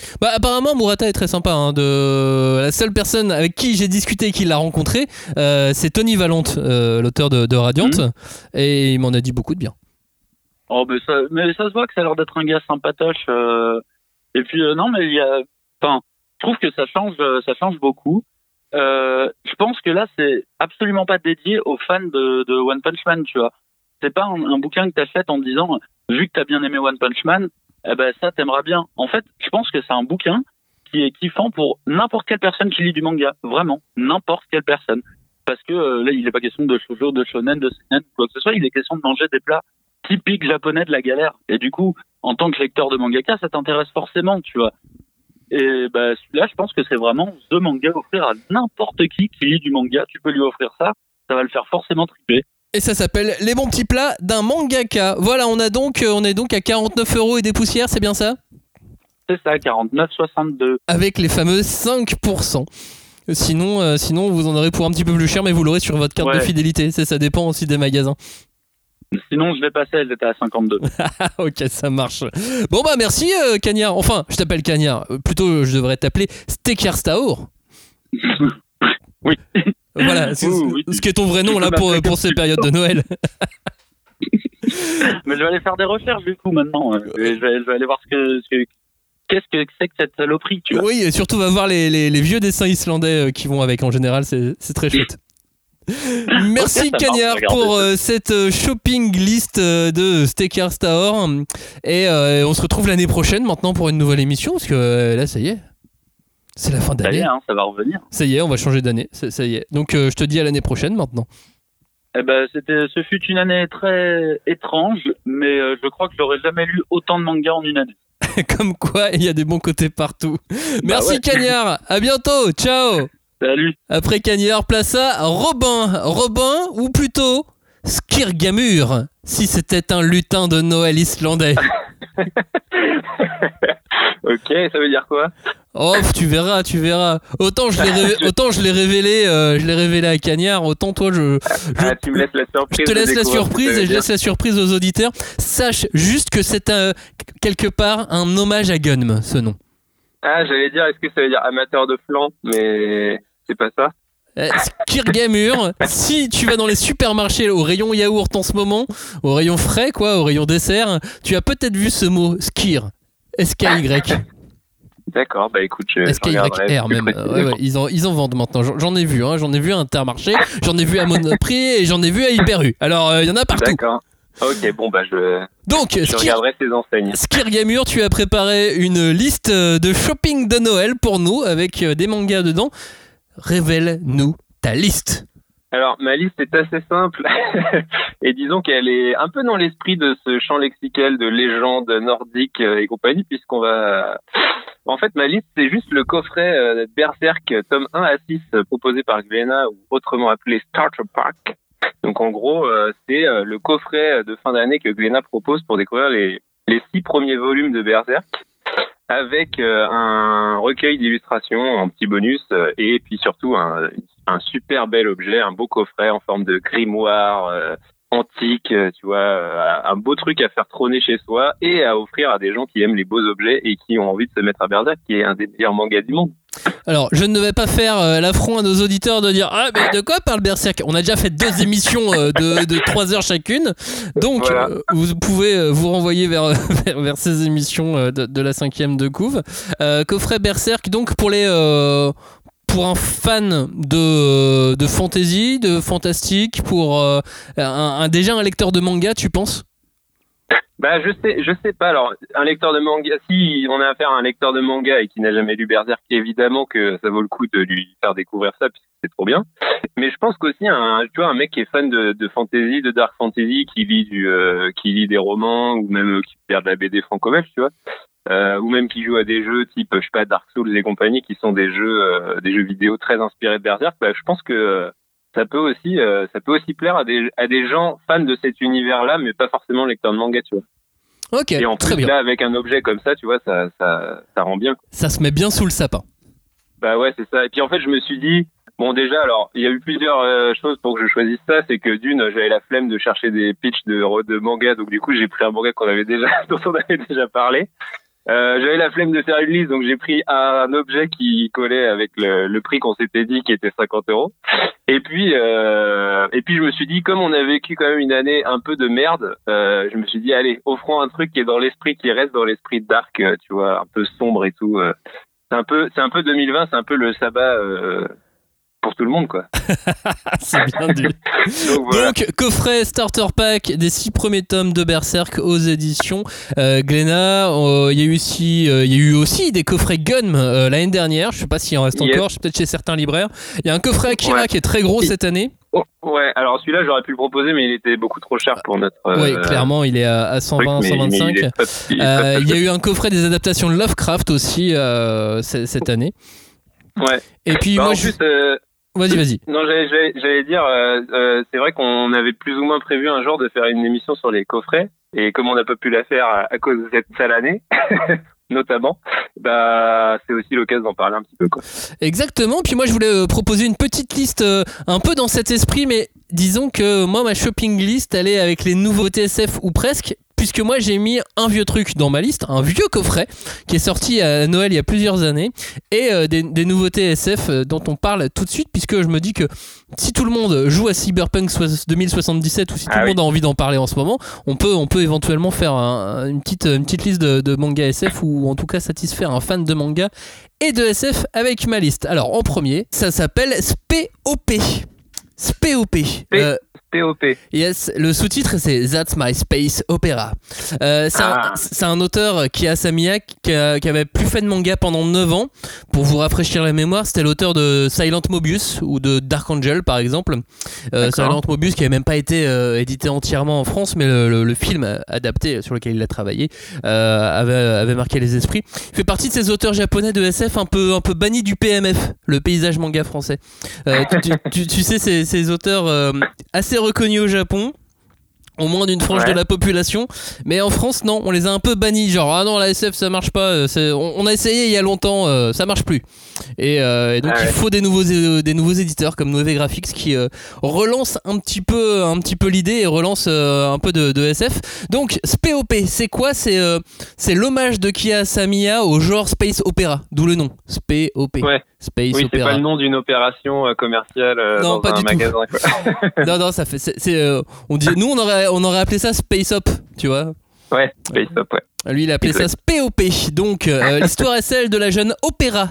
Bah apparemment Murata est très sympa hein, la seule personne avec qui j'ai discuté et qui l'a rencontré c'est Tony Valente l'auteur de Radiant et il m'en a dit beaucoup de bien. Oh mais ça se voit que ça a l'air d'être un gars sympatoche et puis non mais je trouve que ça change beaucoup. Je pense que là c'est absolument pas dédié aux fans de One Punch Man, tu vois. C'est pas un bouquin que t'achètes en te disant vu que t'as bien aimé One Punch Man, eh ben ça t'aimeras bien. En fait, je pense que c'est un bouquin qui est kiffant pour n'importe quelle personne qui lit du manga, vraiment n'importe quelle personne. Parce que là, il n'est pas question de shoujo, de shonen, de seinen, quoi que ce soit. Il est question de manger des plats typiques japonais de la galère. Et du coup, en tant que lecteur de mangaka, ça t'intéresse forcément, tu vois. Et bah celui-là, je pense que c'est vraiment the manga à offrir à n'importe qui lit du manga. Tu peux lui offrir ça, ça va le faire forcément triper. Et ça s'appelle Les bons petits plats d'un mangaka. Voilà, on est donc à 49€ et des poussières, c'est bien ça ? C'est ça, 49,62. Avec les fameux 5%. Sinon, vous en aurez pour un petit peu plus cher, mais vous l'aurez sur votre carte de fidélité. Ça dépend aussi des magasins. Sinon, je vais passer, elle était à 52. Ok, ça marche. Bon bah merci Cagnard. Enfin, je t'appelle Cagnard. Plutôt, je devrais t'appeler Stekerstaur. Oui. Voilà, ce qui est ton vrai nom là pour ces périodes de Noël. Mais je vais aller faire des recherches du coup maintenant. Je vais aller voir qu'est-ce que c'est que cette saloperie, tu vois. Oui, et surtout va voir les vieux dessins islandais qui vont avec en général, c'est très chouette. Merci okay, Cagnard pour cette shopping list de Stekerstaur et on se retrouve l'année prochaine maintenant pour une nouvelle émission parce que là ça y est. C'est la fin d'année. Ça y est, hein, ça va revenir. Ça y est, on va changer d'année. Ça y est. Donc je te dis à l'année prochaine maintenant. Eh ben, ce fut une année très étrange, mais je crois que j'aurais jamais lu autant de mangas en une année. Comme quoi, il y a des bons côtés partout. Merci Cagnard. À bientôt. Ciao. Salut. Après Cagnard, place à Robin ou plutôt Skirgamur, si c'était un lutin de Noël islandais. Ok, ça veut dire quoi? Oh, tu verras. Autant je l'ai révélé à Cagnard, autant toi tu me laisses la surprise. Je te laisse la surprise et je laisse la surprise aux auditeurs. Sache juste que c'est quelque part un hommage à Gunm, ce nom. Ah, j'allais dire, est-ce que ça veut dire amateur de flan? Mais c'est pas ça. Skirgamur, si tu vas dans les supermarchés au rayon yaourt en ce moment, au rayon frais quoi, au rayon dessert, tu as peut-être vu ce mot skir, S-K-Y. D'accord, bah écoute, S-K-Y-R même. Ouais, ils en vendent maintenant. J'en ai vu, j'en ai vu à Intermarché, j'en ai vu à Monoprix et j'en ai vu à Hyper U. Alors il y en a partout. D'accord. Ok, bon bah je regarderai ces enseignes. Skirgamur, tu as préparé une liste de shopping de Noël pour nous avec des mangas dedans. Révèle-nous ta liste. Alors, ma liste est assez simple et disons qu'elle est un peu dans l'esprit de ce champ lexical de légendes nordiques et compagnie, puisqu'on va... En fait, ma liste, c'est juste le coffret Berserk tome 1 à 6 proposé par Glénat, ou autrement appelé Starter Pack. Donc, en gros, c'est le coffret de fin d'année que Glénat propose pour découvrir les 6 premiers volumes de Berserk, avec un recueil d'illustrations en petit bonus et puis surtout un super bel objet, un beau coffret en forme de grimoire antique, tu vois, un beau truc à faire trôner chez soi et à offrir à des gens qui aiment les beaux objets et qui ont envie de se mettre à Berserk, qui est un des meilleurs mangas du monde. Alors, je ne vais pas faire l'affront à nos auditeurs de dire « Ah, mais de quoi parle Berserk ?» On a déjà fait 2 émissions de 3 heures chacune. Donc, voilà. Vous pouvez vous renvoyer vers ces émissions de la 5e de couve. Coffret Berserk, donc, pour un fan de fantasy, de fantastique, pour déjà un lecteur de manga, tu penses ? Bah, je sais pas. Alors, un lecteur de manga, si on a affaire à un lecteur de manga et qui n'a jamais lu Berserk, évidemment que ça vaut le coup de lui faire découvrir ça, puisque c'est trop bien. Mais je pense qu'aussi, un mec qui est fan de fantasy, de dark fantasy, qui lit des romans, ou même qui regarde de la BD franco-belge, tu vois, ou même qui joue à des jeux type, je sais pas, Dark Souls et compagnie, qui sont des jeux vidéo très inspirés de Berserk, bah, je pense que ça peut aussi plaire à des gens fans de cet univers-là, mais pas forcément lecteurs de manga, tu vois. Ok, et en plus, très bien. Là, avec un objet comme ça, tu vois, ça rend bien. Ça se met bien sous le sapin. Bah ouais, c'est ça. Et puis en fait, je me suis dit, bon, déjà, alors, il y a eu plusieurs choses pour que je choisisse ça. C'est que j'avais la flemme de chercher des pitchs de manga, donc du coup, j'ai pris un manga dont on avait déjà parlé. J'avais la flemme de faire une liste, donc j'ai pris un objet qui collait avec le prix qu'on s'était dit, qui était 50 €. Et puis je me suis dit, comme on a vécu quand même une année un peu de merde, je me suis dit, allez, offrons un truc qui est dans l'esprit, qui reste dans l'esprit dark, tu vois, un peu sombre et tout. C'est un peu 2020, c'est un peu le sabbat pour tout le monde, quoi. C'est bien dit. Donc, coffret starter pack des 6 premiers tomes de Berserk aux éditions Glénat. Il y a eu aussi des coffrets Gun l'année dernière. Je sais pas s'il en reste encore. Je suis peut-être chez certains libraires. Il y a un coffret Akira qui est très gros cette année. Ouais, alors celui-là j'aurais pu le proposer, mais il était beaucoup trop cher pour notre. Oui, clairement, il est à 120, 125. Il y a eu un coffret des adaptations de Lovecraft aussi cette année. Ouais. Et puis moi, Vas-y. Non, j'allais dire, c'est vrai qu'on avait plus ou moins prévu un jour de faire une émission sur les coffrets, et comme on n'a pas pu la faire à cause de cette sale année, notamment, bah c'est aussi l'occasion d'en parler un petit peu, quoi. Exactement. Puis moi je voulais proposer une petite liste un peu dans cet esprit, mais disons que moi ma shopping list elle est avec les nouveautés SF ou presque. Puisque moi j'ai mis un vieux truc dans ma liste, un vieux coffret qui est sorti à Noël il y a plusieurs années, et des nouveautés SF dont on parle tout de suite, puisque je me dis que si tout le monde joue à Cyberpunk 2077 ou si tout le monde a envie d'en parler en ce moment, on peut éventuellement faire une petite liste de manga SF, ou en tout cas satisfaire un fan de manga et de SF avec ma liste. Alors en premier, ça s'appelle SPOP. SPOP. POP. Yes, le sous-titre c'est That's My Space Opera. C'est un auteur qui avait plus fait de manga pendant 9 ans. Pour vous rafraîchir la mémoire, c'était l'auteur de Silent Mobius ou de Dark Angel par exemple. Silent Mobius qui n'avait même pas été édité entièrement en France, mais le film adapté sur lequel il a travaillé avait marqué les esprits. Il fait partie de ces auteurs japonais de SF un peu bannis du PMF, le paysage manga français. Tu sais, ces auteurs assez reconnus au Japon, au moins d'une frange de la population, mais en France non, on les a un peu bannis, genre ah non la SF ça marche pas, on a essayé il y a longtemps, ça marche plus, et donc il faut des nouveaux éditeurs comme Nové Graphics qui relance un petit peu l'idée et relance un peu de SF. Donc SPOP c'est quoi? C'est l'hommage de Kiya-Samiya au genre Space Opera, d'où le nom SPOP. Space oui, Opera. C'est pas le nom d'une opération commerciale non, dans pas un du magasin, tout. Quoi. non, ça fait. Nous, on aurait appelé ça Space Op, tu vois. Ouais, Space Op, ouais. Lui, il a appelé ça SPOP. Donc, l'histoire est celle de la jeune Opéra.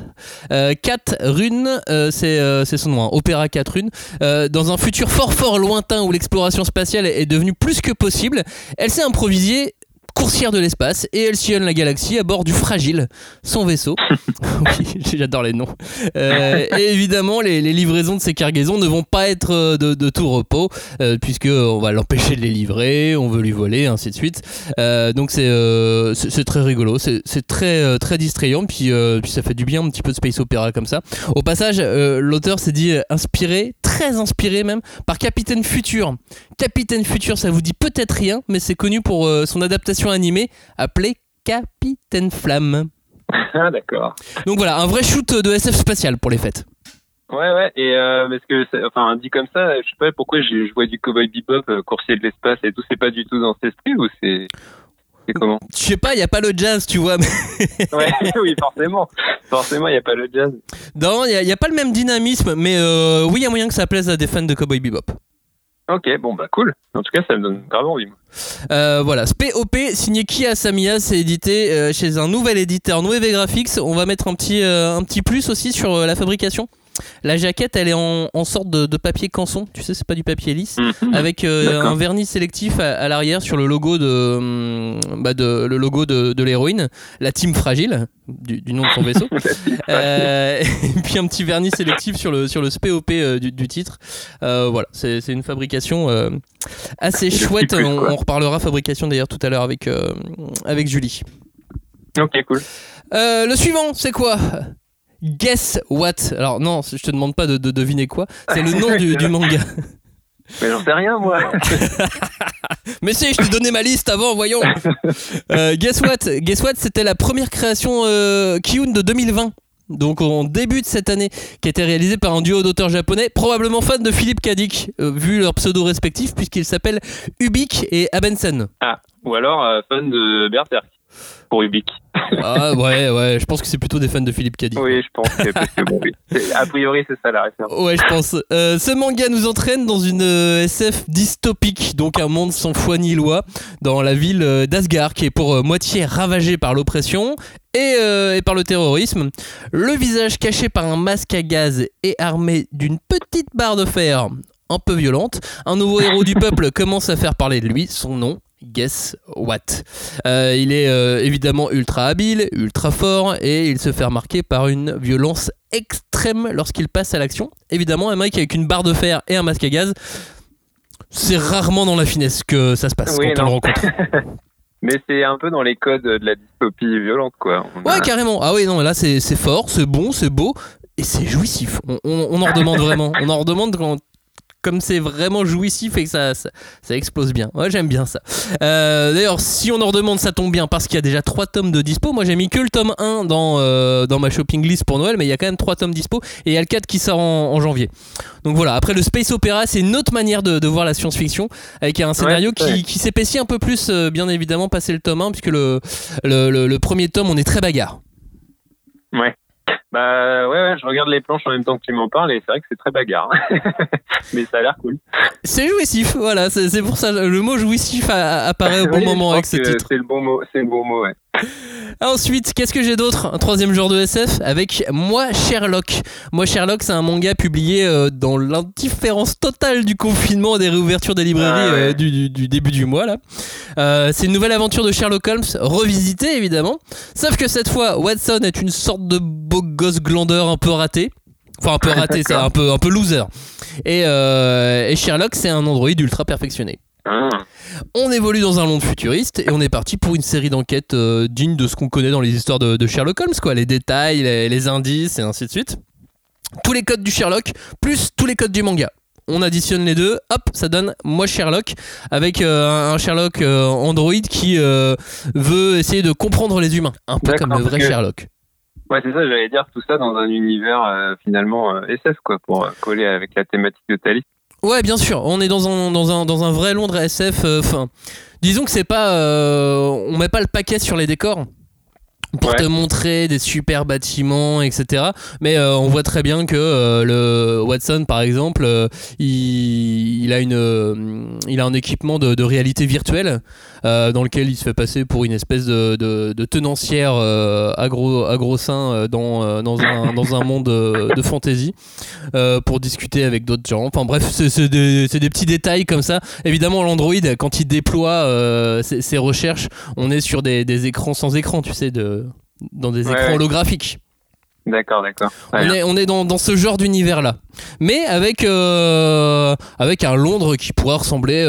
4 runes, c'est son nom, hein, Opéra 4 runes. Dans un futur fort lointain où l'exploration spatiale est devenue plus que possible, elle s'est improvisée coursière de l'espace et elle sillonne la galaxie à bord du Fragile, son vaisseau. Oui, j'adore les noms. Et évidemment, les livraisons de ces cargaisons ne vont pas être de tout repos, puisque on va l'empêcher de les livrer, on veut lui voler, ainsi de suite. Donc c'est très rigolo, c'est très distrayant, puis ça fait du bien un petit peu de space opéra comme ça. Au passage, l'auteur s'est dit très inspiré même, par Capitaine Futur. Capitaine Futur, ça vous dit peut-être rien, mais c'est connu pour son adaptation animée appelée Capitaine Flamme. Ah d'accord. Donc voilà, un vrai shoot de SF spatial pour les fêtes. Ouais, et parce que, dit comme ça, je sais pas pourquoi je vois du Cowboy Bebop, coursier de l'espace et tout, c'est pas du tout dans cet esprit ou c'est comment? Je sais pas, y a pas le jazz, tu vois. Mais... ouais, oui, forcément, y a pas le jazz. Non, y a pas le même dynamisme, mais oui, y a moyen que ça plaise à des fans de Cowboy Bebop. Ok, bon bah cool. En tout cas, ça me donne grave envie. Voilà, SPOP signé Kiya-Samiya, c'est édité chez un nouvel éditeur, Nové Graphics. On va mettre un petit plus aussi sur la fabrication. La jaquette, elle est en sorte de papier canson, tu sais, c'est pas du papier lisse, avec un vernis sélectif à l'arrière sur le logo de l'héroïne, la team fragile, du nom de son vaisseau. Et puis un petit vernis sélectif sur le SPOP du titre. Voilà, c'est une fabrication assez chouette. On reparlera fabrication d'ailleurs tout à l'heure avec Julie. Ok, cool. Le suivant, c'est quoi? Guess what? Alors non, je te demande pas de deviner quoi. C'est le nom du manga. Mais j'en sais rien moi. Mais si, je t'ai donné ma liste avant, voyons. Guess what? C'était la première création Kiyun de 2020. Donc en début de cette année, qui a été réalisée par un duo d'auteurs japonais, probablement fans de Philippe Kadik, vu leurs pseudos respectifs, puisqu'ils s'appellent Ubik et Abensen. Ah, ou alors fan de Berserk. pour Ubik. Ah ouais, je pense que c'est plutôt des fans de Philippe Cadic. Oui, je pense que parce que bon, oui. A priori c'est ça la référence. Ouais, je pense. Ce manga nous entraîne dans une SF dystopique, donc un monde sans foi ni loi, dans la ville d'Asgard, qui est pour moitié ravagée par l'oppression et par le terrorisme. Le visage caché par un masque à gaz et armé d'une petite barre de fer un peu violente, un nouveau héros du peuple commence à faire parler de lui. Son nom, guess what? Il est évidemment ultra habile, ultra fort, et il se fait remarquer par une violence extrême lorsqu'il passe à l'action. Évidemment, un mec avec une barre de fer et un masque à gaz, c'est rarement dans la finesse que ça se passe quand on le rencontre. Mais c'est un peu dans les codes de la dystopie violente, quoi. Ouais, carrément. Ah oui, non, là c'est fort, c'est bon, c'est beau, et c'est jouissif. On en redemande vraiment. On en redemande comme c'est vraiment jouissif et que ça explose bien. Ouais, j'aime bien ça. D'ailleurs, si on en redemande, ça tombe bien parce qu'il y a déjà 3 tomes de dispo. Moi, j'ai mis que le tome 1 dans ma shopping list pour Noël, mais il y a quand même 3 tomes dispo et il y a le 4 qui sort en janvier. Donc voilà, après le space opéra, c'est une autre manière de voir la science-fiction avec un scénario qui s'épaissit un peu plus, bien évidemment, passé le tome 1, puisque le premier tome, on est très bagarre. Ouais. Bah ouais, je regarde les planches en même temps que tu m'en parles et c'est vrai que c'est très bagarre. Mais ça a l'air cool. C'est jouissif, voilà, c'est pour ça le mot jouissif apparaît au bon moment avec ce titre. C'est le bon mot, ouais. Ensuite, qu'est-ce que j'ai d'autre? Un troisième genre de SF avec Moi Sherlock. Moi Sherlock, c'est un manga publié dans l'indifférence totale du confinement et des réouvertures des librairies du début du mois là. C'est une nouvelle aventure de Sherlock Holmes, revisitée évidemment. Sauf que cette fois, Watson est une sorte de beau gosse glandeur un peu raté. Enfin un peu raté, c'est un peu loser. Et Sherlock, c'est un androïde ultra perfectionné. On évolue dans un monde futuriste et on est parti pour une série d'enquêtes digne de ce qu'on connaît dans les histoires de Sherlock Holmes, quoi. Les détails, les indices et ainsi de suite. Tous les codes du Sherlock plus tous les codes du manga. On additionne les deux, hop, ça donne Moi Sherlock, avec un Sherlock android qui veut essayer de comprendre les humains, un peu comme le vrai Sherlock. Ouais, c'est ça, j'allais dire, tout ça dans un univers finalement SF, quoi, pour coller avec la thématique de ta liste. Ouais, bien sûr, on est dans un vrai Londres SF. Disons que c'est pas, on met pas le paquet sur les décors pour te montrer des super bâtiments, etc. Mais on voit très bien que le Watson, par exemple, il a un équipement de réalité virtuelle dans lequel il se fait passer pour une espèce de tenancière à gros seins dans un monde de fantasy pour discuter avec d'autres gens. Enfin bref, c'est des petits détails comme ça. Évidemment, l'Android, quand il déploie ses recherches, on est sur des écrans sans écran, tu sais, dans des écrans holographiques. D'accord. On est dans ce genre d'univers-là. Mais avec un Londres qui pourrait ressembler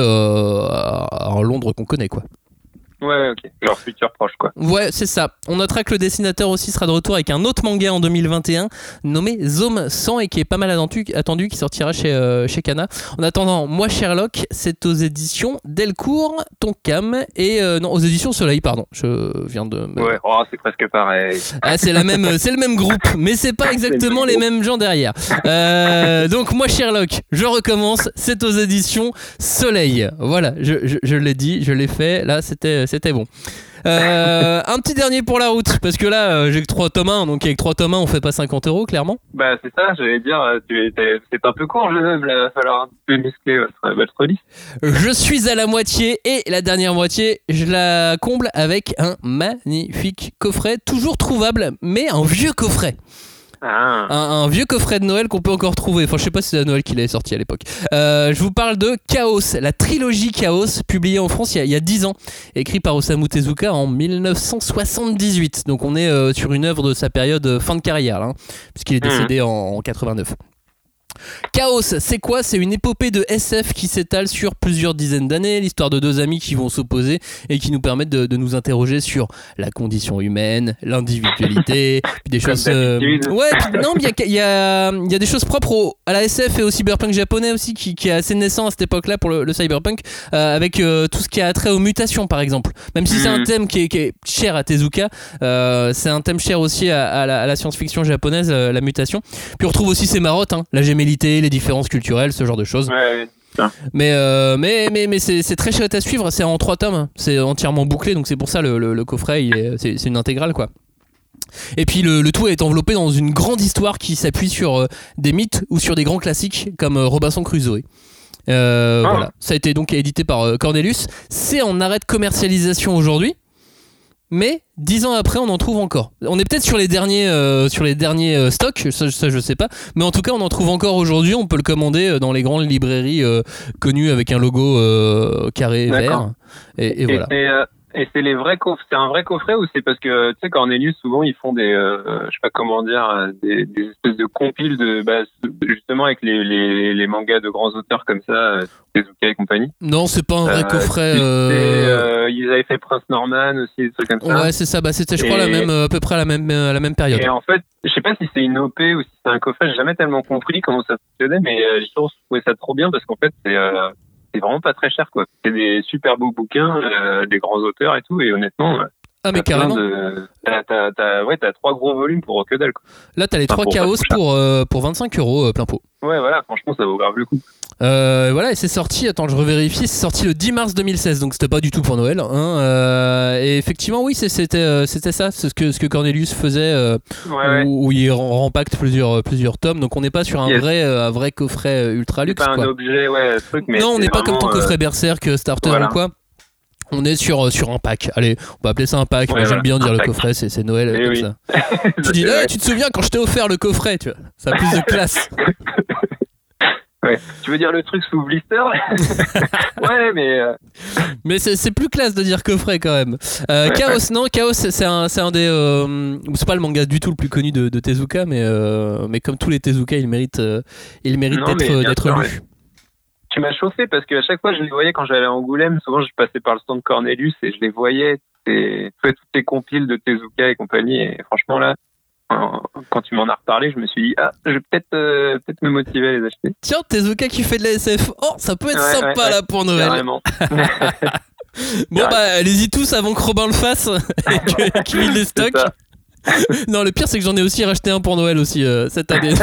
à un Londres qu'on connaît, quoi. Ouais, ok. Genre futur proche, quoi. Ouais, c'est ça. On notera que le dessinateur aussi sera de retour avec un autre manga en 2021 nommé Zome 100 et qui est pas mal attendu, qui sortira chez Kana. En attendant, Moi Sherlock, c'est aux éditions Delcourt, Tonkam et aux éditions Soleil, pardon. Je viens de Ouais, c'est presque pareil. Ah, c'est le même groupe, mais c'est pas exactement les mêmes gens derrière. Donc Moi Sherlock, je recommence, c'est aux éditions Soleil. Voilà, je l'ai dit, je l'ai fait. Là, c'était bon. Un petit dernier pour la route, parce que là j'ai que 3 tomes 1, donc avec 3 tomes 1 on fait pas 50 € clairement. Bah c'est ça, j'allais dire, c'est un peu court le jeune homme, là, il va falloir un peu muscler votre liste. Je suis à la moitié et la dernière moitié je la comble avec un magnifique coffret, toujours trouvable, mais un vieux coffret. Un vieux coffret de Noël qu'on peut encore trouver. Enfin, je sais pas si c'est à Noël qu'il est sorti à l'époque. Je vous parle de Chaos, la trilogie Chaos, publiée en France il y a 10 ans, écrit par Osamu Tezuka en 1978. Donc on est sur une œuvre de sa période fin de carrière, là, puisqu'il est décédé en 89. Chaos, c'est quoi? C'est une épopée de SF qui s'étale sur plusieurs dizaines d'années, l'histoire de 2 amis qui vont s'opposer et qui nous permettent de nous interroger sur la condition humaine, l'individualité, puis des choses... Ouais, puis, non, mais il y a des choses propres à la SF et au cyberpunk japonais aussi qui est assez naissant à cette époque-là pour le cyberpunk, avec tout ce qui a trait aux mutations par exemple. Même si c'est un thème qui est cher à Tezuka, c'est un thème cher aussi à la science-fiction japonaise, la mutation. Puis on retrouve aussi ses marottes, la gémellité, les différences culturelles, ce genre de choses. Mais c'est très chouette à suivre. C'est en 3 tomes. C'est entièrement bouclé, donc c'est pour ça le coffret, c'est une intégrale, quoi. Et puis le tout est enveloppé dans une grande histoire qui s'appuie sur des mythes ou sur des grands classiques comme Robinson Crusoe. Voilà. Ça a été donc édité par Cornelius. C'est en arrêt de commercialisation aujourd'hui, mais 10 ans après on en trouve encore. On est peut-être sur les derniers stocks, ça je sais pas, mais en tout cas on en trouve encore aujourd'hui. On peut le commander dans les grandes librairies connues avec un logo carré vert. Et voilà. Et c'est c'est un vrai coffret ou c'est parce que tu sais Cornelius souvent ils font des je sais pas comment dire des espèces de compiles justement avec les mangas de grands auteurs comme ça, Tezuka et compagnie. Non, c'est pas un vrai coffret. Ils avaient fait Prince Norman aussi, des trucs comme ça. Ouais, c'est ça. C'était je crois à peu près la même période. Et en fait, je sais pas si c'est une OP ou si c'est un coffret. J'ai jamais tellement compris comment ça fonctionnait, mais je trouvais ça trop bien parce qu'en fait c'est vraiment pas très cher, quoi. C'est des super beaux bouquins, des grands auteurs et tout, et honnêtement. Mais carrément. T'as 3 gros volumes pour que dalle, quoi. Là, t'as les 3 Chaos pour 25 € plein pot. Ouais, voilà, franchement, ça vaut grave le coup. Voilà, et c'est sorti, attends, je revérifie, c'est sorti le 10 mars 2016, donc c'était pas du tout pour Noël. Et effectivement, oui, c'était ça, c'est ce que Cornelius faisait, où il rempacte plusieurs tomes. Donc on n'est pas sur un vrai coffret ultra luxe. C'est pas un objet, truc, mais. Non, on n'est pas comme ton coffret Berserk Starter ou quoi. On est sur un pack. Allez, on va appeler ça un pack. Moi, j'aime bien dire le coffret, c'est Noël comme ça. Tu dis, tu te souviens quand je t'ai offert le coffret, tu vois, ça a plus de classe. Ouais. Tu veux dire le truc sous blister? Ouais, mais. Mais c'est plus classe de dire coffret quand même. Chaos, non, Chaos, c'est un des. C'est pas le manga du tout le plus connu de Tezuka, mais comme tous les Tezuka, il mérite d'être lu. Tu m'as chauffé parce qu'à chaque fois je les voyais quand j'allais à Angoulême, souvent je passais par le stand Cornelius et je les voyais, toutes les compiles de Tezuka et compagnie, et franchement là, quand tu m'en as reparlé, je me suis dit je vais peut-être me motiver à les acheter. Tiens, Tezuka qui fait de la SF, ça peut être sympa là pour Noël. Carrément. Bon allez-y tous avant que Robin le fasse et qu'il vide les stocks. Non, le pire c'est que j'en ai aussi racheté un pour Noël aussi cette année.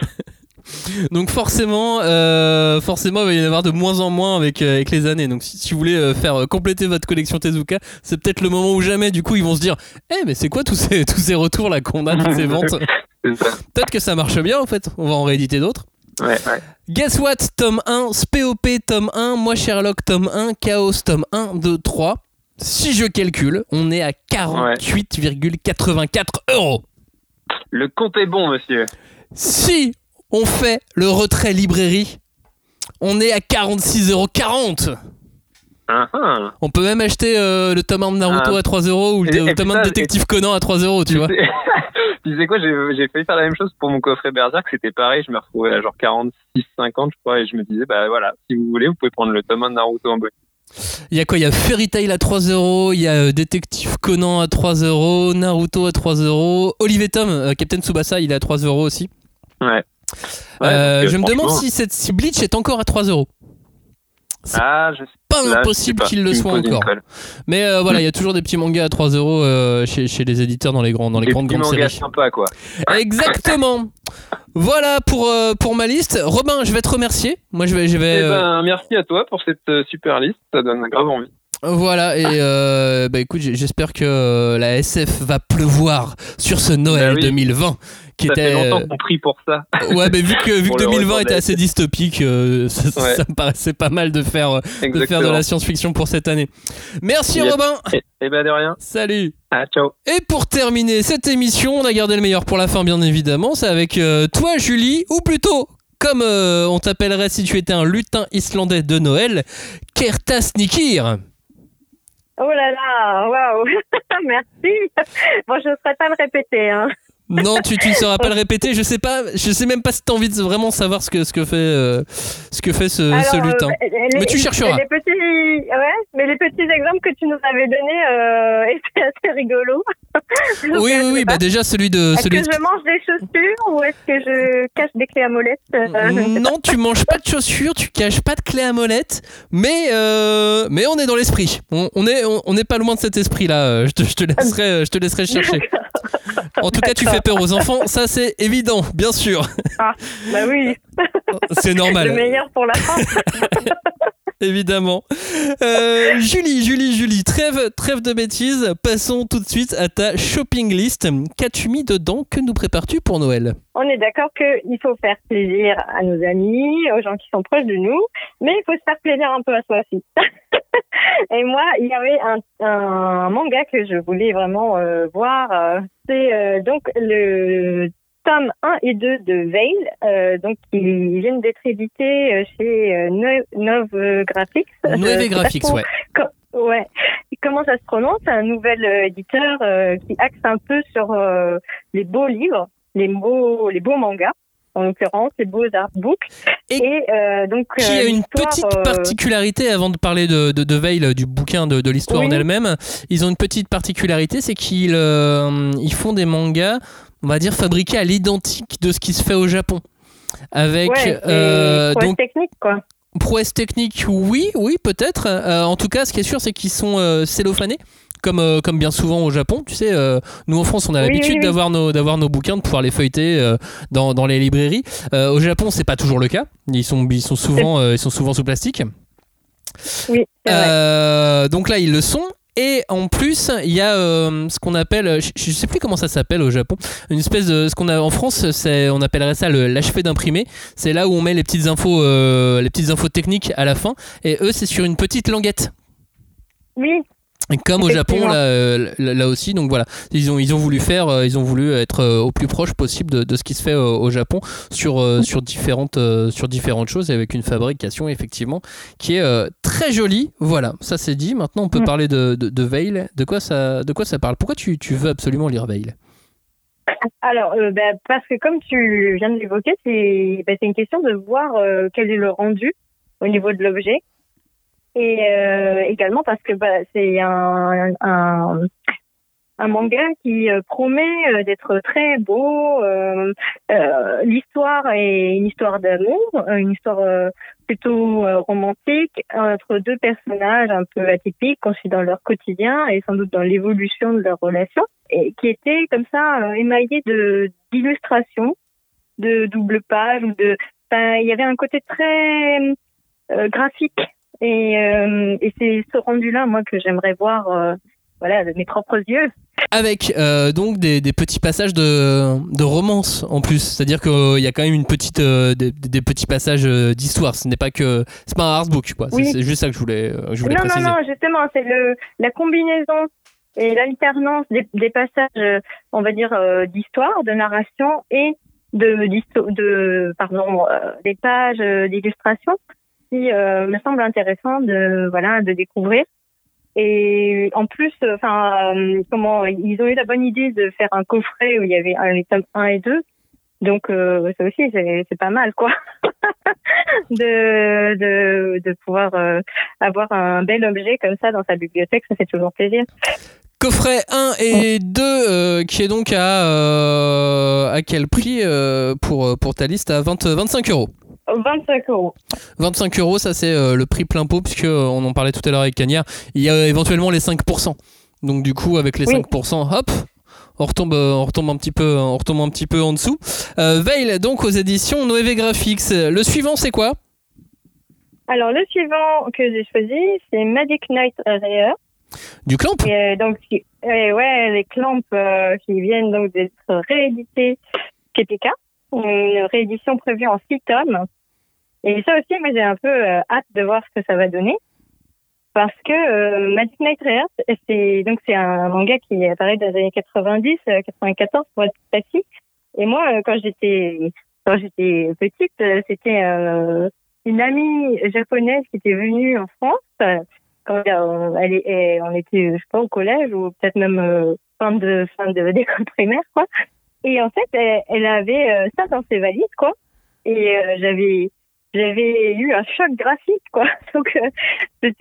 Donc forcément il va y en avoir de moins en moins avec les années. Donc si vous voulez faire compléter votre collection Tezuka, c'est peut-être le moment ou jamais. Du coup ils vont se dire mais c'est quoi tous ces retours là qu'on a, toutes ces ventes. Peut-être que ça marche bien en fait. On va en rééditer d'autres. Ouais. Guess what, tome 1, SPOP tome 1, Moi Sherlock tome 1, Chaos tome 1, 2, 3. Si je calcule, on est à 48,84 €. Le compte est bon, monsieur. Si on fait le retrait librairie, on est à 46,40 €. On peut même acheter le tome 1 de Naruto à 3 € ou le tome 1 de Détective Conan à 3 €, tu vois. Tu sais quoi, j'ai failli faire la même chose pour mon coffret Berserk, c'était pareil, je me retrouvais à genre 46,50 je crois, et je me disais, voilà, si vous voulez, vous pouvez prendre le tome 1 de Naruto en bonus. Il y a quoi? Il y a Fairy Tail à 3 €, il y a Détective Conan à 3 €, Naruto à 3 €, Olive et Tom, Captain Tsubasa, il est à 3 € aussi. Ouais. Je me demande si Bleach est encore à 3 €. C'est pas impossible qu'il le soit encore. Mais voilà, il y a toujours des petits mangas à 3 € chez les éditeurs dans les grandes séries. Sympa, quoi. Exactement. Voilà pour ma liste. Robin, je vais te remercier. Moi, je vais. Merci à toi pour cette super liste. Ça donne grave envie. Voilà, et écoute, j'espère que la SF va pleuvoir sur ce Noël 2020. Ça fait longtemps qu'on prie pour ça. Ouais, mais vu que 2020 était assez dystopique, ça me paraissait pas mal de faire de la science-fiction pour cette année. Merci Robin. Et de rien. Salut. Ciao. Et pour terminer cette émission, on a gardé le meilleur pour la fin, bien évidemment. C'est avec toi, Julie, ou plutôt, comme on t'appellerait si tu étais un lutin islandais de Noël, Kertasnikir. Oh là là, waouh. Merci. Bon, je ne saurais pas le répéter, hein. Non, tu ne sauras pas le répéter. Je sais même pas si tu as envie de vraiment savoir ce que fait ce lutin. Mais tu chercheras. Mais les petits exemples que tu nous avais donnés étaient assez rigolos. Oui, déjà celui de. Est-ce que je mange des chaussures ou est-ce que je cache des clés à molette? Non, tu manges pas de chaussures, tu caches pas de clés à molette, mais on est dans l'esprit. On est pas loin de cet esprit-là. Je te laisserai chercher. En tout cas, tu fais peur aux enfants, ça c'est évident, bien sûr. Ah, bah oui. C'est normal. Le meilleur pour la fin. Évidemment. Julie, trêve de bêtises. Passons tout de suite à ta shopping list. Qu'as-tu mis dedans? Que nous prépares-tu pour Noël? On est d'accord qu'il faut faire plaisir à nos amis, aux gens qui sont proches de nous, mais il faut se faire plaisir un peu à soi aussi. Et moi, il y avait un manga que je voulais vraiment voir. C'est donc le tome 1 et 2 de Veil, donc qui viennent d'être édités chez Nove Graphics. Nove Graphics, ouais. Ouais. Comment ça se prononce? C'est un nouvel éditeur qui axe un peu sur les beaux livres, les beaux mangas, en l'occurrence, les beaux artbooks. Et donc qui a une petite particularité avant de parler de Veil, du bouquin de l'histoire en elle-même. Ils ont une petite particularité, c'est qu'ils font des mangas, on va dire, fabriqués à l'identique de ce qui se fait au Japon. Avec donc technique, quoi. Prouesse technique, oui, peut-être. En tout cas, ce qui est sûr, c'est qu'ils sont cellophanés, comme bien souvent au Japon. Tu sais, nous en France, on a l'habitude d'avoir nos bouquins, de pouvoir les feuilleter dans les librairies. Au Japon, c'est pas toujours le cas. Ils sont souvent sous plastique. Oui, c'est vrai. Donc là, ils le sont. Et en plus, il y a ce qu'on appelle, je sais plus comment ça s'appelle au Japon, une espèce de, ce qu'on a en France, on appellerait ça l'achevé d'imprimer. C'est là où on met les petites infos techniques à la fin. Et eux, c'est sur une petite languette. Oui. Et comme au Japon, là aussi, donc voilà, ils ont voulu être au plus proche possible de ce qui se fait au Japon sur différentes choses, et avec une fabrication effectivement qui est très jolie. Voilà, ça c'est dit. Maintenant, on peut parler de Veil. De quoi ça parle? Pourquoi tu veux absolument lire Veil? Alors, parce que comme tu viens de l'évoquer, c'est une question de voir quel est le rendu au niveau de l'objet. Et également parce que c'est un manga qui promet d'être très beau. L'histoire est une histoire d'amour, une histoire plutôt romantique entre deux personnages un peu atypiques qu'on suit dans leur quotidien et sans doute dans l'évolution de leur relation, et qui était comme ça émaillé d'illustrations, de double pages, il y avait un côté très graphique. Et c'est ce rendu-là, moi, que j'aimerais voir, de mes propres yeux. Avec donc des petits passages de romance en plus, c'est-à-dire qu'il y a quand même une petite des petits passages d'histoire. C'est pas un artbook, quoi. Oui. C'est juste ça que je voulais préciser. Non, justement, c'est la combinaison et l'alternance des passages, on va dire, d'histoire, de narration et des pages d'illustration, qui me semble intéressant de découvrir. Et en plus, ils ont eu la bonne idée de faire un coffret où il y avait les tomes 1 et 2. Donc ça aussi c'est pas mal, quoi. de pouvoir avoir un bel objet comme ça dans sa bibliothèque, ça fait toujours plaisir. Coffret 1 et 2 qui est donc à quel prix pour ta liste? À 25 €. 25 €. 25 €, ça c'est le prix plein pot, puisque on en parlait tout à l'heure avec Cagnard. Il y a éventuellement les 5%. Donc du coup, avec les 5%, hop, on retombe un petit peu en dessous. Veil, donc aux éditions Nove Graphics. Le suivant, c'est quoi? Alors le suivant que j'ai choisi, c'est Magic Knight Rare. Du Clamp. Et donc les Clamp qui viennent donc d'être réédités chez PK. Une réédition prévue en 6 tomes. Et ça aussi, moi, j'ai un peu hâte de voir ce que ça va donner. Parce que Magic Knight Rare, c'est un manga qui apparaît dans les années 90, 94 pour être précis. Et moi, quand j'étais petite, c'était une amie japonaise qui était venue en France quand on était, je sais pas, au collège ou peut-être même fin d'école primaire, quoi. Et en fait, elle avait ça dans ses valises, quoi. Et j'avais eu un choc graphique, quoi. Donc c'est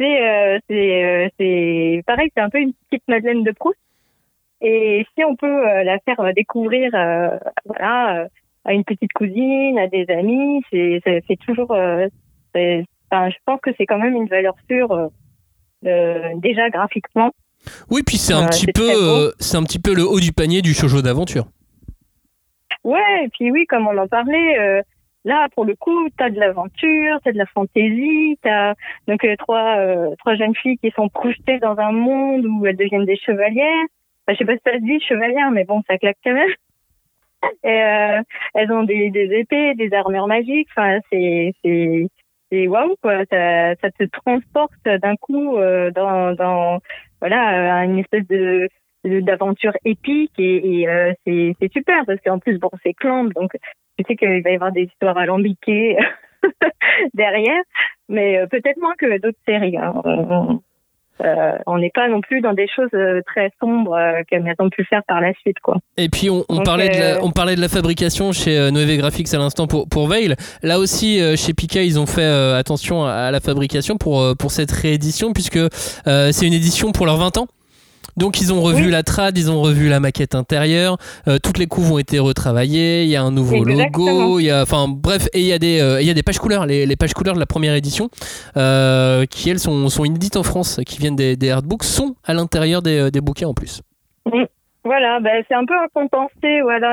pareil, c'est un peu une petite Madeleine de Proust. Et si on peut la faire découvrir, à une petite cousine, à des amis, c'est toujours. Je pense que c'est quand même une valeur sûre, déjà graphiquement. Oui, puis c'est un petit peu le haut du panier du shoujo d'aventure. Ouais, et puis oui, comme on en parlait, là, pour le coup, t'as de l'aventure, t'as de la fantaisie, t'as donc trois jeunes filles qui sont projetées dans un monde où elles deviennent des chevalières. Enfin, je sais pas si ça se dit chevalière, mais bon, ça claque quand même. Et elles ont des épées, des armures magiques. Enfin, c'est waouh quoi. Ça te transporte d'un coup dans voilà une espèce d'aventure épique et c'est super parce qu'en plus bon c'est Clamp, donc je sais qu'il va y avoir des histoires alambiquées derrière, mais peut-être moins que d'autres séries. Hein. On n'est pas non plus dans des choses très sombres qu'elles ont pu faire par la suite, quoi. Et puis on parlait de la fabrication chez Noévé Graphics à l'instant pour Veil. Là aussi chez Pika ils ont fait attention à la fabrication pour cette réédition puisque c'est une édition pour leurs 20 ans. Donc ils ont revu la trad, ils ont revu la maquette intérieure, toutes les couves ont été retravaillées, il y a un nouveau logo, il y a, enfin bref, et il y a des pages couleurs, les pages couleurs de la première édition qui elles sont inédites en France, qui viennent des artbooks, sont à l'intérieur des bouquins en plus. Voilà, c'est un peu un condensé, voilà,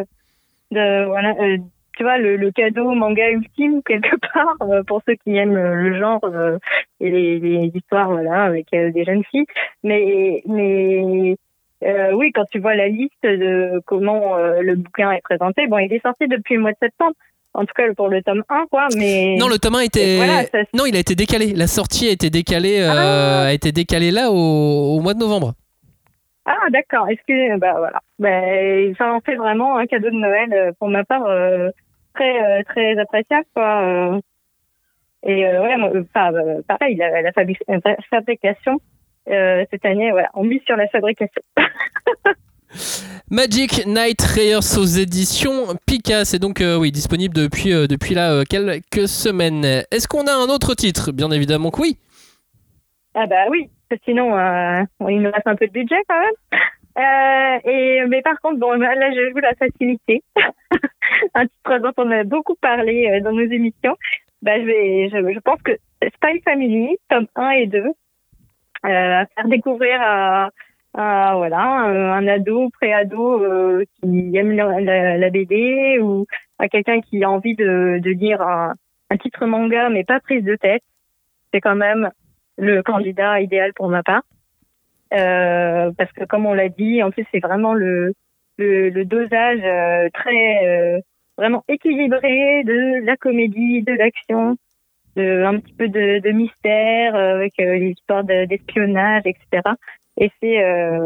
tu vois, le cadeau manga ultime quelque part pour ceux qui aiment le genre et les histoires, voilà, avec des jeunes filles. Mais oui, quand tu vois la liste de comment le bouquin est présenté, bon, il est sorti depuis le mois de septembre. En tout cas pour le tome 1, quoi. Mais non, le tome 1 était non, il a été décalé. La sortie a été décalée là au mois de novembre. Ah d'accord. Voilà. Ça en fait vraiment un cadeau de Noël pour ma part. Très très appréciable quoi et pareil la fabrication cette année voilà on mise sur la fabrication. Magic Knight Rares aux éditions Pika, c'est donc disponible depuis là quelques semaines. Est-ce qu'on a un autre titre? Bien évidemment que oui. Ah bah oui, sinon il nous reste un peu de budget quand même. Mais par contre, bon, là, je joue la facilité. Un titre dont on a beaucoup parlé dans nos émissions. Je pense que Spy Family, tome 1 et 2, à faire découvrir à un ado, pré-ado, qui aime la BD ou à quelqu'un qui a envie de lire un titre manga, mais pas prise de tête. C'est quand même le candidat idéal pour ma part. Parce que comme on l'a dit, en plus c'est vraiment le dosage très vraiment équilibré de la comédie, de l'action, un petit peu de mystère avec les histoires d'espionnage, etc. Et c'est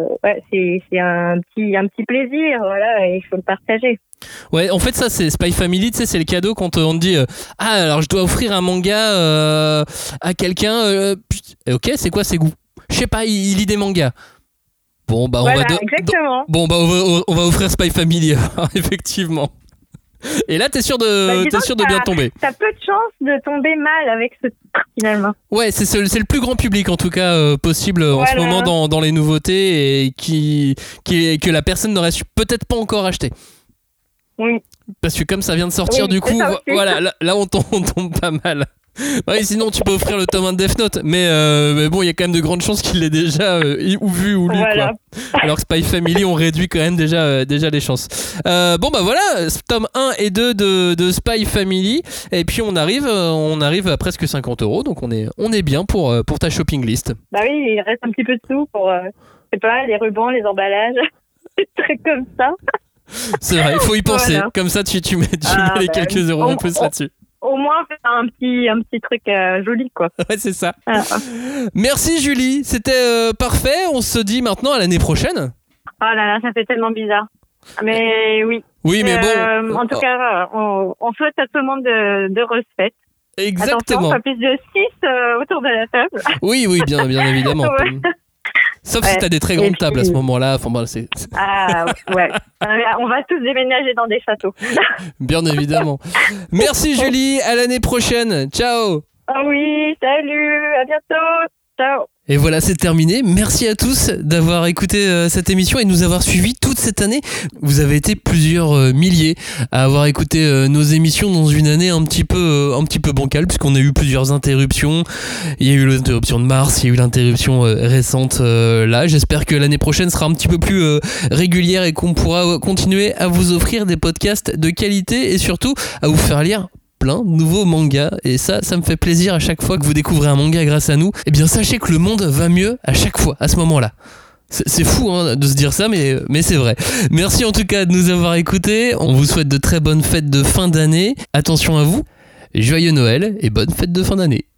un petit plaisir, voilà, et il faut le partager. Ouais, en fait ça c'est Spy Family, tu sais, c'est le cadeau quand on te dit alors je dois offrir un manga à quelqu'un, ok, c'est quoi ses goûts? Je sais pas, il lit des mangas. Bon bah voilà, exactement. On va offrir Spy Family effectivement. Et là t'es sûr de bien tomber. T'as peu de chance de tomber mal avec ce titre finalement. Ouais, c'est le plus grand public en tout cas possible en ce moment dans les nouveautés et que la personne n'aurait peut-être pas encore acheté. Oui. Parce que comme ça vient de sortir du coup, voilà, là on tombe pas mal. Ouais, sinon tu peux offrir le tome 1 de Death Note, mais bon, il y a quand même de grandes chances qu'il l'ait déjà ou vu ou lu, quoi. Alors que Spy Family, on réduit quand même déjà les chances. Bon bah voilà, tome 1 et 2 de Spy Family, et puis on arrive à presque 50 €, donc on est bien pour ta shopping list. Bah oui, il reste un petit peu de sous pour les rubans, les emballages, des trucs comme ça. C'est vrai, il faut y penser. Voilà. Comme ça tu mets les quelques euros en plus là-dessus. Au moins faire un petit truc joli, quoi. Ouais, c'est ça. Merci Julie, c'était parfait. On se dit maintenant à l'année prochaine. Oh là là, ça fait tellement bizarre. Mais oui. Oui, mais bon. En tout cas, on souhaite à tout le monde de respect. Exactement. Attention, pas plus de 6 autour de la table. Oui, bien évidemment. Ouais. Sauf si t'as des très grandes tables à ce moment-là. Enfin, bon, Ah ouais. On va tous déménager dans des châteaux. Bien évidemment. Merci Julie, à l'année prochaine. Ciao. Ah oui, salut, à bientôt. Ciao. Et voilà, c'est terminé. Merci à tous d'avoir écouté cette émission et de nous avoir suivis toute cette année. Vous avez été plusieurs milliers à avoir écouté nos émissions dans une année un petit peu bancale, puisqu'on a eu plusieurs interruptions. Il y a eu l'interruption de mars, il y a eu l'interruption récente là. J'espère que l'année prochaine sera un petit peu plus régulière et qu'on pourra continuer à vous offrir des podcasts de qualité et surtout à vous faire lire plein de nouveaux mangas, et ça me fait plaisir à chaque fois que vous découvrez un manga grâce à nous. Eh bien sachez que le monde va mieux à chaque fois, à ce moment-là. C'est fou de se dire ça, mais c'est vrai. Merci en tout cas de nous avoir écoutés. On vous souhaite de très bonnes fêtes de fin d'année. Attention à vous, joyeux Noël et bonne fête de fin d'année.